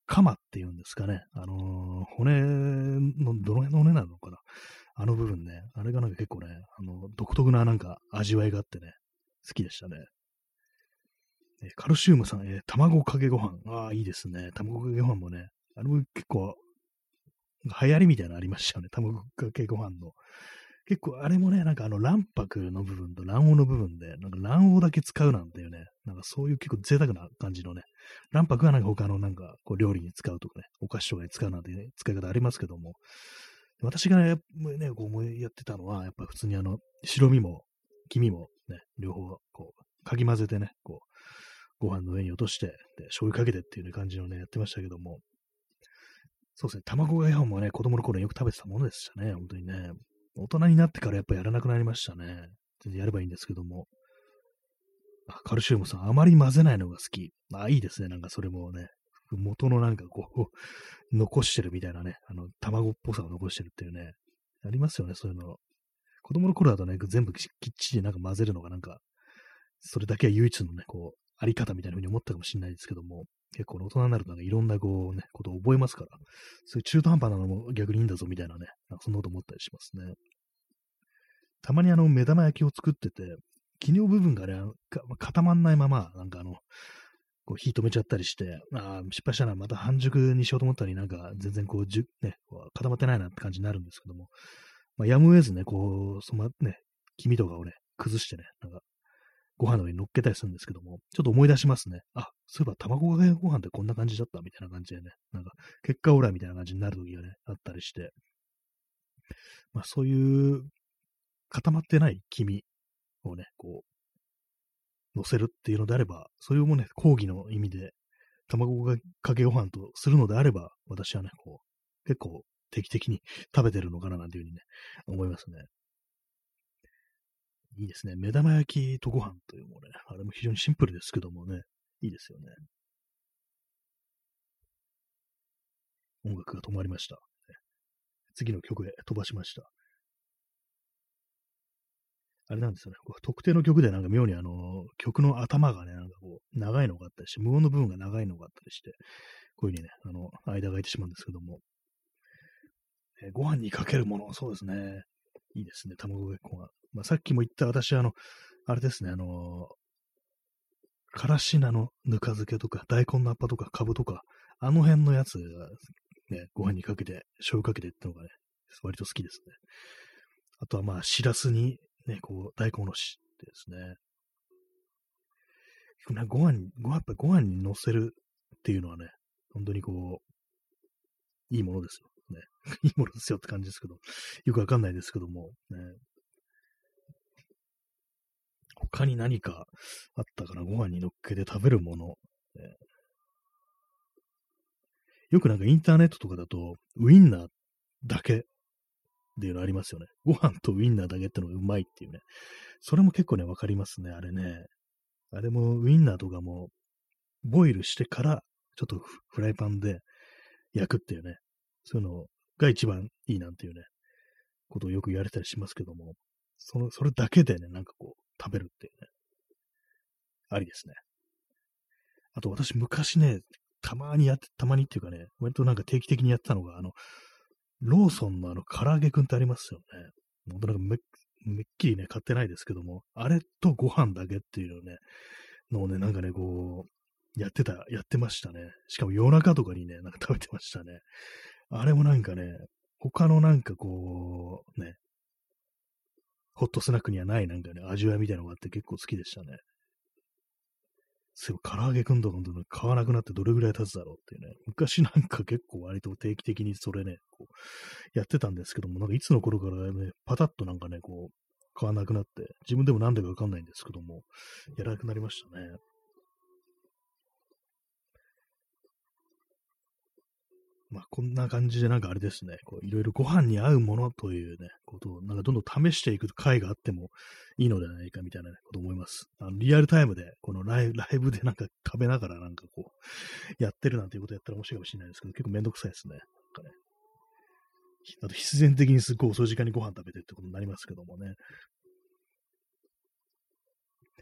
カマっていうんですかね。あのー骨の、どの辺の骨なのかな。あの部分ね。あれがなんか結構ね、あの、独特ななんか味わいがあってね、好きでしたね。えーカルシウムさん、えー卵かけご飯。ああ、いいですね。卵かけご飯もね、あれも結構流行りみたいなのありましたよね。卵かけご飯の。結構あれもね、なんかあの卵白の部分と卵黄の部分で、なんか卵黄だけ使うなんていうね、なんかそういう結構贅沢な感じのね、卵白はなんか他のなんかこう料理に使うとかね、お菓子とかに使うなんて、ね、使い方ありますけども、私がね、ねこう思いやってたのは、やっぱ普通にあの、白身も黄身もね、両方こう、かき混ぜてね、こう、ご飯の上に落として、で、醤油かけてっていう、ね、感じのね、やってましたけども、そうですね、卵かけご飯もね、子供の頃よく食べてたものでしたね、本当にね。大人になってからやっぱやらなくなりましたね。全然やればいいんですけども。あ、カルシウムさん、あまり混ぜないのが好き。あ、いいですね。なんかそれもね、元のなんかこう、残してるみたいなね、あの、卵っぽさを残してるっていうね、ありますよね、そういうの。子供の頃だとね、全部きっちりなんか混ぜるのがなんか、それだけは唯一のね、こう、あり方みたいな風に思ったかもしれないですけども、結構大人になるとなんかいろんなこうね、ことを覚えますから、そういう中途半端なのも逆にいいんだぞみたいなね、なんかそんなこと思ったりしますね。たまにあの、目玉焼きを作ってて、気の部分がね、あのか固まんないまま、なんかあの、こう火止めちゃったりして、ああ、失敗したな、また半熟にしようと思ったのになんか全然こう、じゅね、こう固まってないなって感じになるんですけども、まあ、やむを得ずね、こう、そのね、黄身とかをね、崩してね、なんか、ご飯の上に乗っけたりするんですけども、ちょっと思い出しますね。あ、そういえば卵かけご飯ってこんな感じだったみたいな感じでね、なんか、結果オーライみたいな感じになる時がね、あったりして、まあそういう固まってない黄身をね、こう、乗せるっていうのであれば、それをもね、講義の意味で、卵かけご飯とするのであれば、私はね、こう、結構定期的に食べてるのかななんていうふうにね、思いますね。いいですね。目玉焼きとご飯というもね、あれも非常にシンプルですけどもね、いいですよね。音楽が止まりました。次の曲へ飛ばしました。あれなんですよね。こう特定の曲でなんか妙にあの、曲の頭がね、なんかこう、長いのがあったりして、無音の部分が長いのがあったりして、こういう風にね、あの、間が空いてしまうんですけども、えーご飯にかけるもの、そうですね。いいですね、卵かけご飯。まあ、さっきも言った私、あの、あれですね、あのからし菜のぬか漬けとか、大根の葉っぱとか、かぶとか、あの辺のやつが、ね、ご飯にかけて、醤油かけてってのがね、割と好きですね。あとはまあ、しらすに、ね、こう、大根おろしってですね。なご飯に、ご、やっぱご飯に乗せるっていうのはね、本当にこう、いいものですよ。ね。いいものですよって感じですけど、よくわかんないですけども、ね。他に何かあったかな、ご飯に乗っけて食べるもの。ね、よくなんかインターネットとかだと、ウインナーだけっていうのありますよね。ご飯とウインナーだけってのがうまいっていうね。それも結構ね、わかりますね、あれね。あれもウインナーとかも、ボイルしてから、ちょっとフライパンで焼くっていうね。そういうのが一番いいなんていうね、ことをよく言われたりしますけども、その、それだけでね、なんかこう、食べるっていうね、ありですね。あと私昔ね、たまにやって、たまにっていうかね、割となんか定期的にやってたのが、あの、ローソンのあの、唐揚げくんってありますよね。ほんとなんかめ、めっきりね、買ってないですけども、あれとご飯だけっていうのをね、のをね、なんかね、こう、やってた、やってましたね。しかも夜中とかにね、なんか食べてましたね。あれもなんかね、他のなんかこう、ね、ホットスナックにはないなんかね、味わいみたいなのがあって結構好きでしたね。そういえば唐揚げくんとか本買わなくなってどれぐらい経つだろうっていうね。昔なんか結構割と定期的にそれね、こうやってたんですけども、なんかいつの頃からね、パタッとなんかね、こう、買わなくなって、自分でもなんでかわかんないんですけども、やらなくなりましたね。まあ、こんな感じでなんかあれですね、こういろいろご飯に合うものというね、ことをなんかどんどん試していく回があってもいいのではないかみたいな、ね、ことを思います。あのリアルタイムで、このライブライブでなんか食べながらなんかこう、やってるなんていうことやったら面白いかもしれないですけど、結構めんどくさいですね。なんかね、あと必然的にすっごい遅い時間にご飯食べてってことになりますけどもね。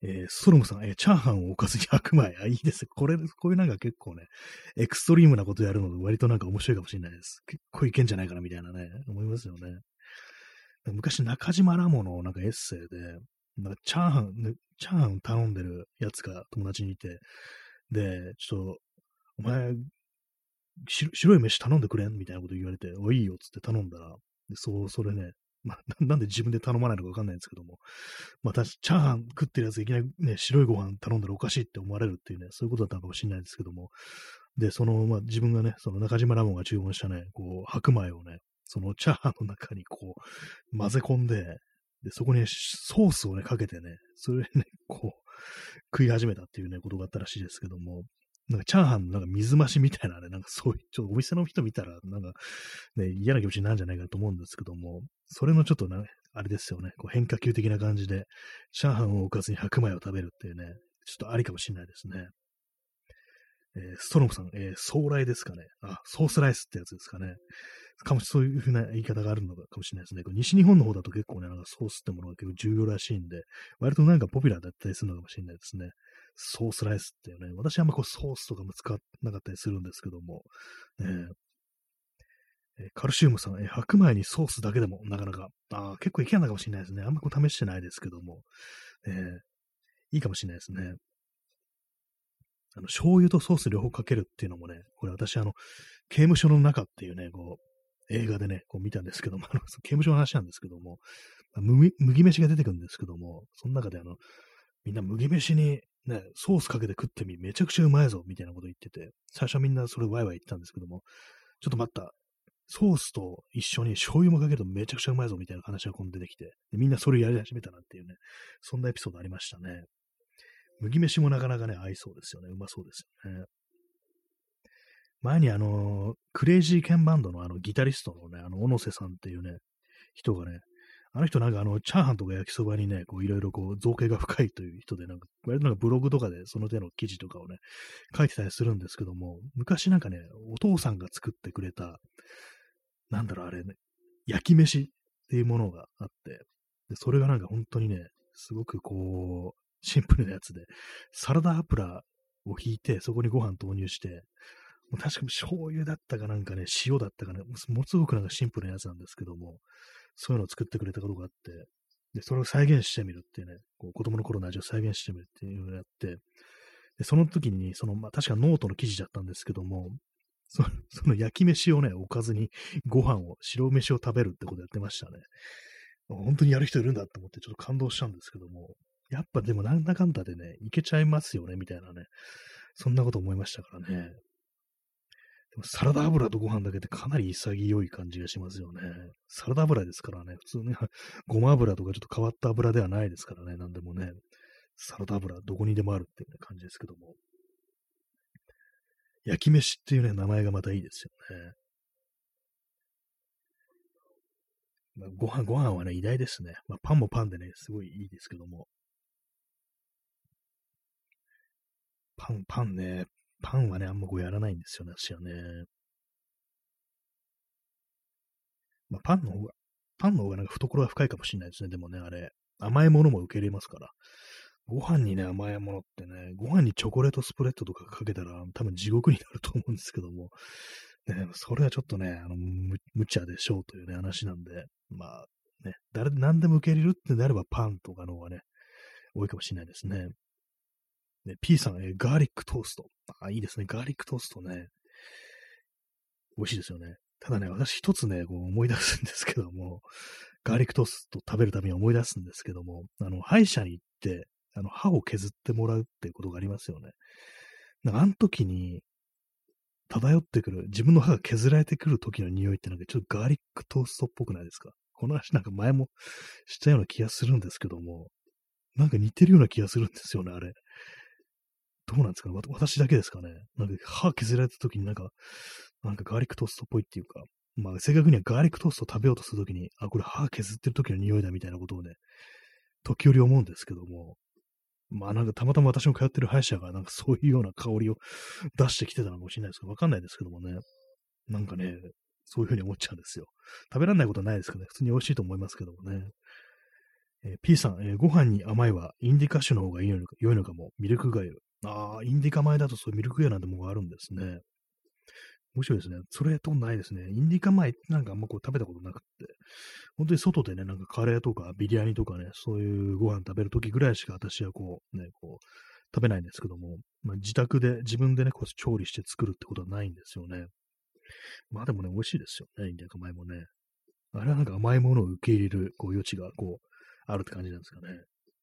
えー、ストロムさん、えーチャーハンをおかずに白米。あ、いいです。これ、こういうなんか結構ね、エクストリームなことやるので割となんか面白いかもしれないです。結構いけんじゃないかなみたいなね、思いますよね。昔中島ラモのなんかエッセイで、なんかチャーハン、ね、チャーハン頼んでるやつが友達にいて、で、ちょっと、お前、し白い飯頼んでくれんみたいなこと言われて、お、いいよっつって頼んだら、でそう、それね、まあ、ななんで自分で頼まないのかわかんないんですけども、まあ、私、チャーハン食ってるやついきなりね、白いご飯頼んだらおかしいって思われるっていうね、そういうことだったのかもしれないですけども、で、その、まあ、自分がね、その中島ラモンが注文したね、こう、白米をね、そのチャーハンの中にこう、混ぜ込んで、で、そこにソースをね、かけてね、それね、こう、食い始めたっていうね、ことがあったらしいですけども、なんかチャーハンのなんか水増しみたいなね、なんかそういう、ちょっとお店の人見たら、なんかね、嫌な気持ちになるんじゃないかと思うんですけども、それのちょっとね、あれですよね、こう変化球的な感じで、チャーハンをおかずに白米を食べるっていうね、ちょっとありかもしれないですね。えーストロムさん、えー、ソーライですかね。あ、ソースライスってやつですかね。かもし、そういうふうな言い方があるのかもしれないですね。これ西日本の方だと結構ね、なんかソースってものが結構重要らしいんで、割となんかポピュラーだったりするのかもしれないですね。ソースライスっていうね、私はあんまこうソースとかも使わなかったりするんですけども、ねえーカルシウムさん、えー白米にソースだけでもなかなか、あー結構いけんのかもしれないですね。あんまこう試してないですけども、えーいいかもしれないですね。あの、醤油とソース両方かけるっていうのもね、これ私、あの、刑務所の中っていうね、こう、映画でね、こう見たんですけども、あの、刑務所の話なんですけども、麦麦飯が出てくるんですけども、その中であの、みんな麦飯にね、ソースかけて食ってみ、めちゃくちゃうまいぞ、みたいなこと言ってて、最初はみんなそれワイワイ言ってたんですけども、ちょっと待った、ソースと一緒に醤油もかけるとめちゃくちゃうまいぞ、みたいな話が今度出てきて、でみんなそれやり始めたなっていうね、そんなエピソードありましたね。麦飯もなかなかね、合いそうですよね。うまそうですよね。前にあの、クレイジーケンバンドのあのギタリストのね、あの、小野瀬さんっていうね、人がね、あの人なんかあの、チャーハンとか焼きそばにね、こういろいろこう造形が深いという人で、なんか、割となんかブログとかでその手の記事とかをね、書いてたりするんですけども、昔なんかね、お父さんが作ってくれた、なんだろうあれね、焼き飯っていうものがあって、で、それがなんか本当にね、すごくこう、シンプルなやつで、サラダ油をひいて、そこにご飯投入して、もう確かに醤油だったかなんかね、塩だったかね、もものすごくなんかシンプルなやつなんですけども、そういうのを作ってくれたことがあって、で、それを再現してみるっていうね、こう子供の頃の味を再現してみるっていうのをやって、で、その時に、その、まあ、確かノートの記事だったんですけども、そのその焼き飯をね、おかずにご飯を、白飯を食べるってことやってましたね。本当にやる人いるんだと思ってちょっと感動したんですけども、やっぱでもなんだかんだでね、いけちゃいますよね、みたいなね、そんなこと思いましたからね。でもサラダ油とご飯だけってかなり潔い感じがしますよね。サラダ油ですからね、普通ね、ごま油とかちょっと変わった油ではないですからね、なんでもね、サラダ油どこにでもあるっていう、ね、感じですけども。焼き飯っていうね、名前がまたいいですよね。まあ、ご飯、ご飯はね、偉大ですね。まあ、パンもパンでね、すごいいいですけども。パン、パンね、パンはね、あんまこうやらないんですよね、私はね。まあ、パンの方が、パンの方がなんか懐が深いかもしれないですね。でもね、あれ、甘いものも受け入れますから。ご飯にね、甘いものってね、ご飯にチョコレートスプレッドとかかけたら、多分地獄になると思うんですけども、ね、それはちょっとね、あの、む、無茶でしょうというね、話なんで、まあ、ね、誰、何でも受け入れるってなればパンとかの方がね、多いかもしれないですね。ね、P さん、えーガーリックトースト。あ、いいですね。ガーリックトーストね。美味しいですよね。ただね、私一つね、こう思い出すんですけども、ガーリックトースト食べるために思い出すんですけども、あの、歯医者に行って、あの、歯を削ってもらうっていうことがありますよね。なんか、あの時に漂ってくる、自分の歯が削られてくる時の匂いってなんかちょっとガーリックトーストっぽくないですか？この話なんか前もしたような気がするんですけども、なんか似てるような気がするんですよね、あれ。どうなんですかね、わ私だけですかね。なんか歯削られた時になんか、なんかガーリックトーストっぽいっていうか、まあ正確にはガーリックトーストを食べようとするときに、あ、これ歯削ってる時の匂いだみたいなことをね、時折思うんですけども、まあなんかたまたま私の通ってる歯医者がなんかそういうような香りを出してきてたのかもしれないですけど、わかんないですけどもね。なんかね、そういうふうに思っちゃうんですよ。食べられないことはないですけどね、普通に美味しいと思いますけどもね。 えー P さん、えーご飯に甘いはインディカ種の方がいいのか良いのかも。ミルク粥。ああ、インディカ米だとそういうミルク粥なんてものがあるんですね。面白いですね。それとないですね。インディカ米ってなんかあんまこう食べたことなくって、本当に外でね、なんかカレーとかビリヤニとかね、そういうご飯食べるときぐらいしか私はこう、ね、こう、食べないんですけども、まあ、自宅で自分でね、こう調理して作るってことはないんですよね。まあでもね、美味しいですよね、インディカ米もね。あれはなんか甘いものを受け入れるこう余地がこう、あるって感じなんですかね。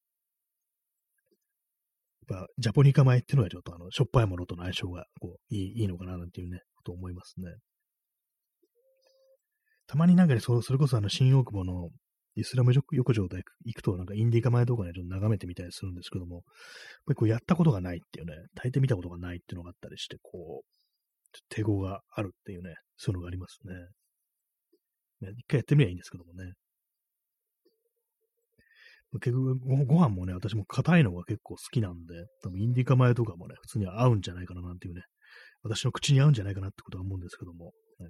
やっぱ、ジャポニカ米っていうのはちょっとあの、しょっぱいものとの相性がこう、いい、いいのかななんていうね、こと思いますね。たまになんかね、そそれこそあの、新大久保のイスラム浴場で行くと、なんかインディカ米とかね、ちょっと眺めてみたりするんですけども、やっぱりこうやったことがないっていうね、炊いてみたことがないっていうのがあったりして、こう、手語があるっていうね、そういうのがありますね。ね一回やってみりゃいいんですけどもね。結局ご、ご飯もね、私も硬いのが結構好きなんで、多分インディカ米とかもね、普通に合うんじゃないかななんていうね、私の口に合うんじゃないかなってことは思うんですけども、ね、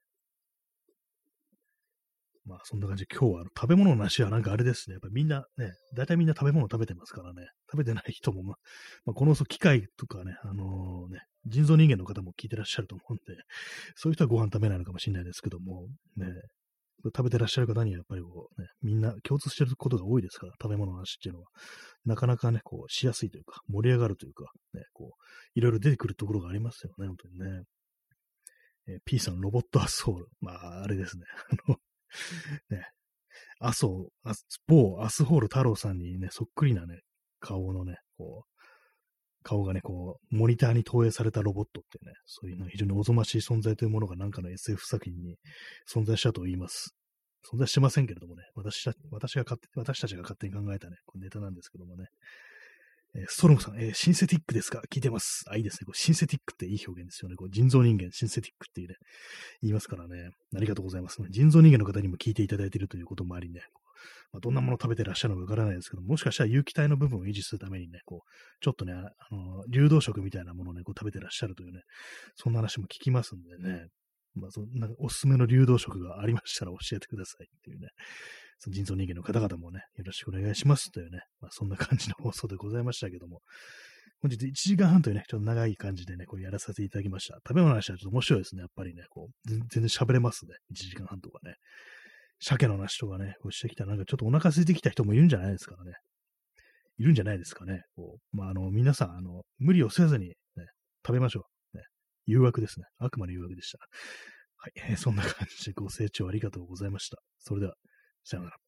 まあそんな感じで今日はあの食べ物の話はなんかあれですね、やっぱりみんなね、大体みんな食べ物食べてますからね、食べてない人もまあ、まあ、この機械とかね、あのね、人造人間の方も聞いてらっしゃると思うんで、そういう人はご飯食べないのかもしれないですけども、ね、食べてらっしゃる方にはやっぱりこう、ね、みんな共通してることが多いですから、食べ物の話っていうのは。なかなかね、こう、しやすいというか、盛り上がるというか、ね、こう、いろいろ出てくるところがありますよね、本当にね。えー P さん、ロボットアスホール。まあ、あれですね。あの、ね、麻生、あ某アスホール太郎さんにね、そっくりなね、顔のね、こう、顔がね、こう、モニターに投影されたロボットっていうね、そういうの非常におぞましい存在というものがなんかの エスエフ 作品に存在したと言います。存在してませんけれどもね、私た私が勝手私たちが勝手に考えたね、こうネタなんですけどもね。えーストロムさん、えーシンセティックですか聞いてます。あ、いいですね。こうシンセティックっていい表現ですよね。こう人造人間、シンセティックっていうね、言いますからね。ありがとうございます。人造人間の方にも聞いていただいているということもありね、まあ、どんなものを食べてらっしゃるのかわからないですけども、もしかしたら有機体の部分を維持するためにね、こう、ちょっとね、あの、流動食みたいなものをね、こう食べてらっしゃるというね、そんな話も聞きますんでね、まあ、そんなおすすめの流動食がありましたら教えてくださいっていうね、その人造人間の方々もね、よろしくお願いしますというね、まあ、そんな感じの放送でございましたけども、本日いちじかんはんというね、ちょっと長い感じでね、こうやらさせていただきました。食べ物の話はちょっと面白いですね、やっぱりね、こう、全全然喋れますね、いちじかんはんとかね。鮭の話とかね、こうしてきたら、なんかちょっとお腹空いてきた人もいるんじゃないですからね。いるんじゃないですかね。こうまあ、あの、皆さん、あの、無理をせずに、ね、食べましょう。ね、誘惑ですね。あくまで誘惑でした。はい、えーそんな感じでご清聴ありがとうございました。それでは、さようなら。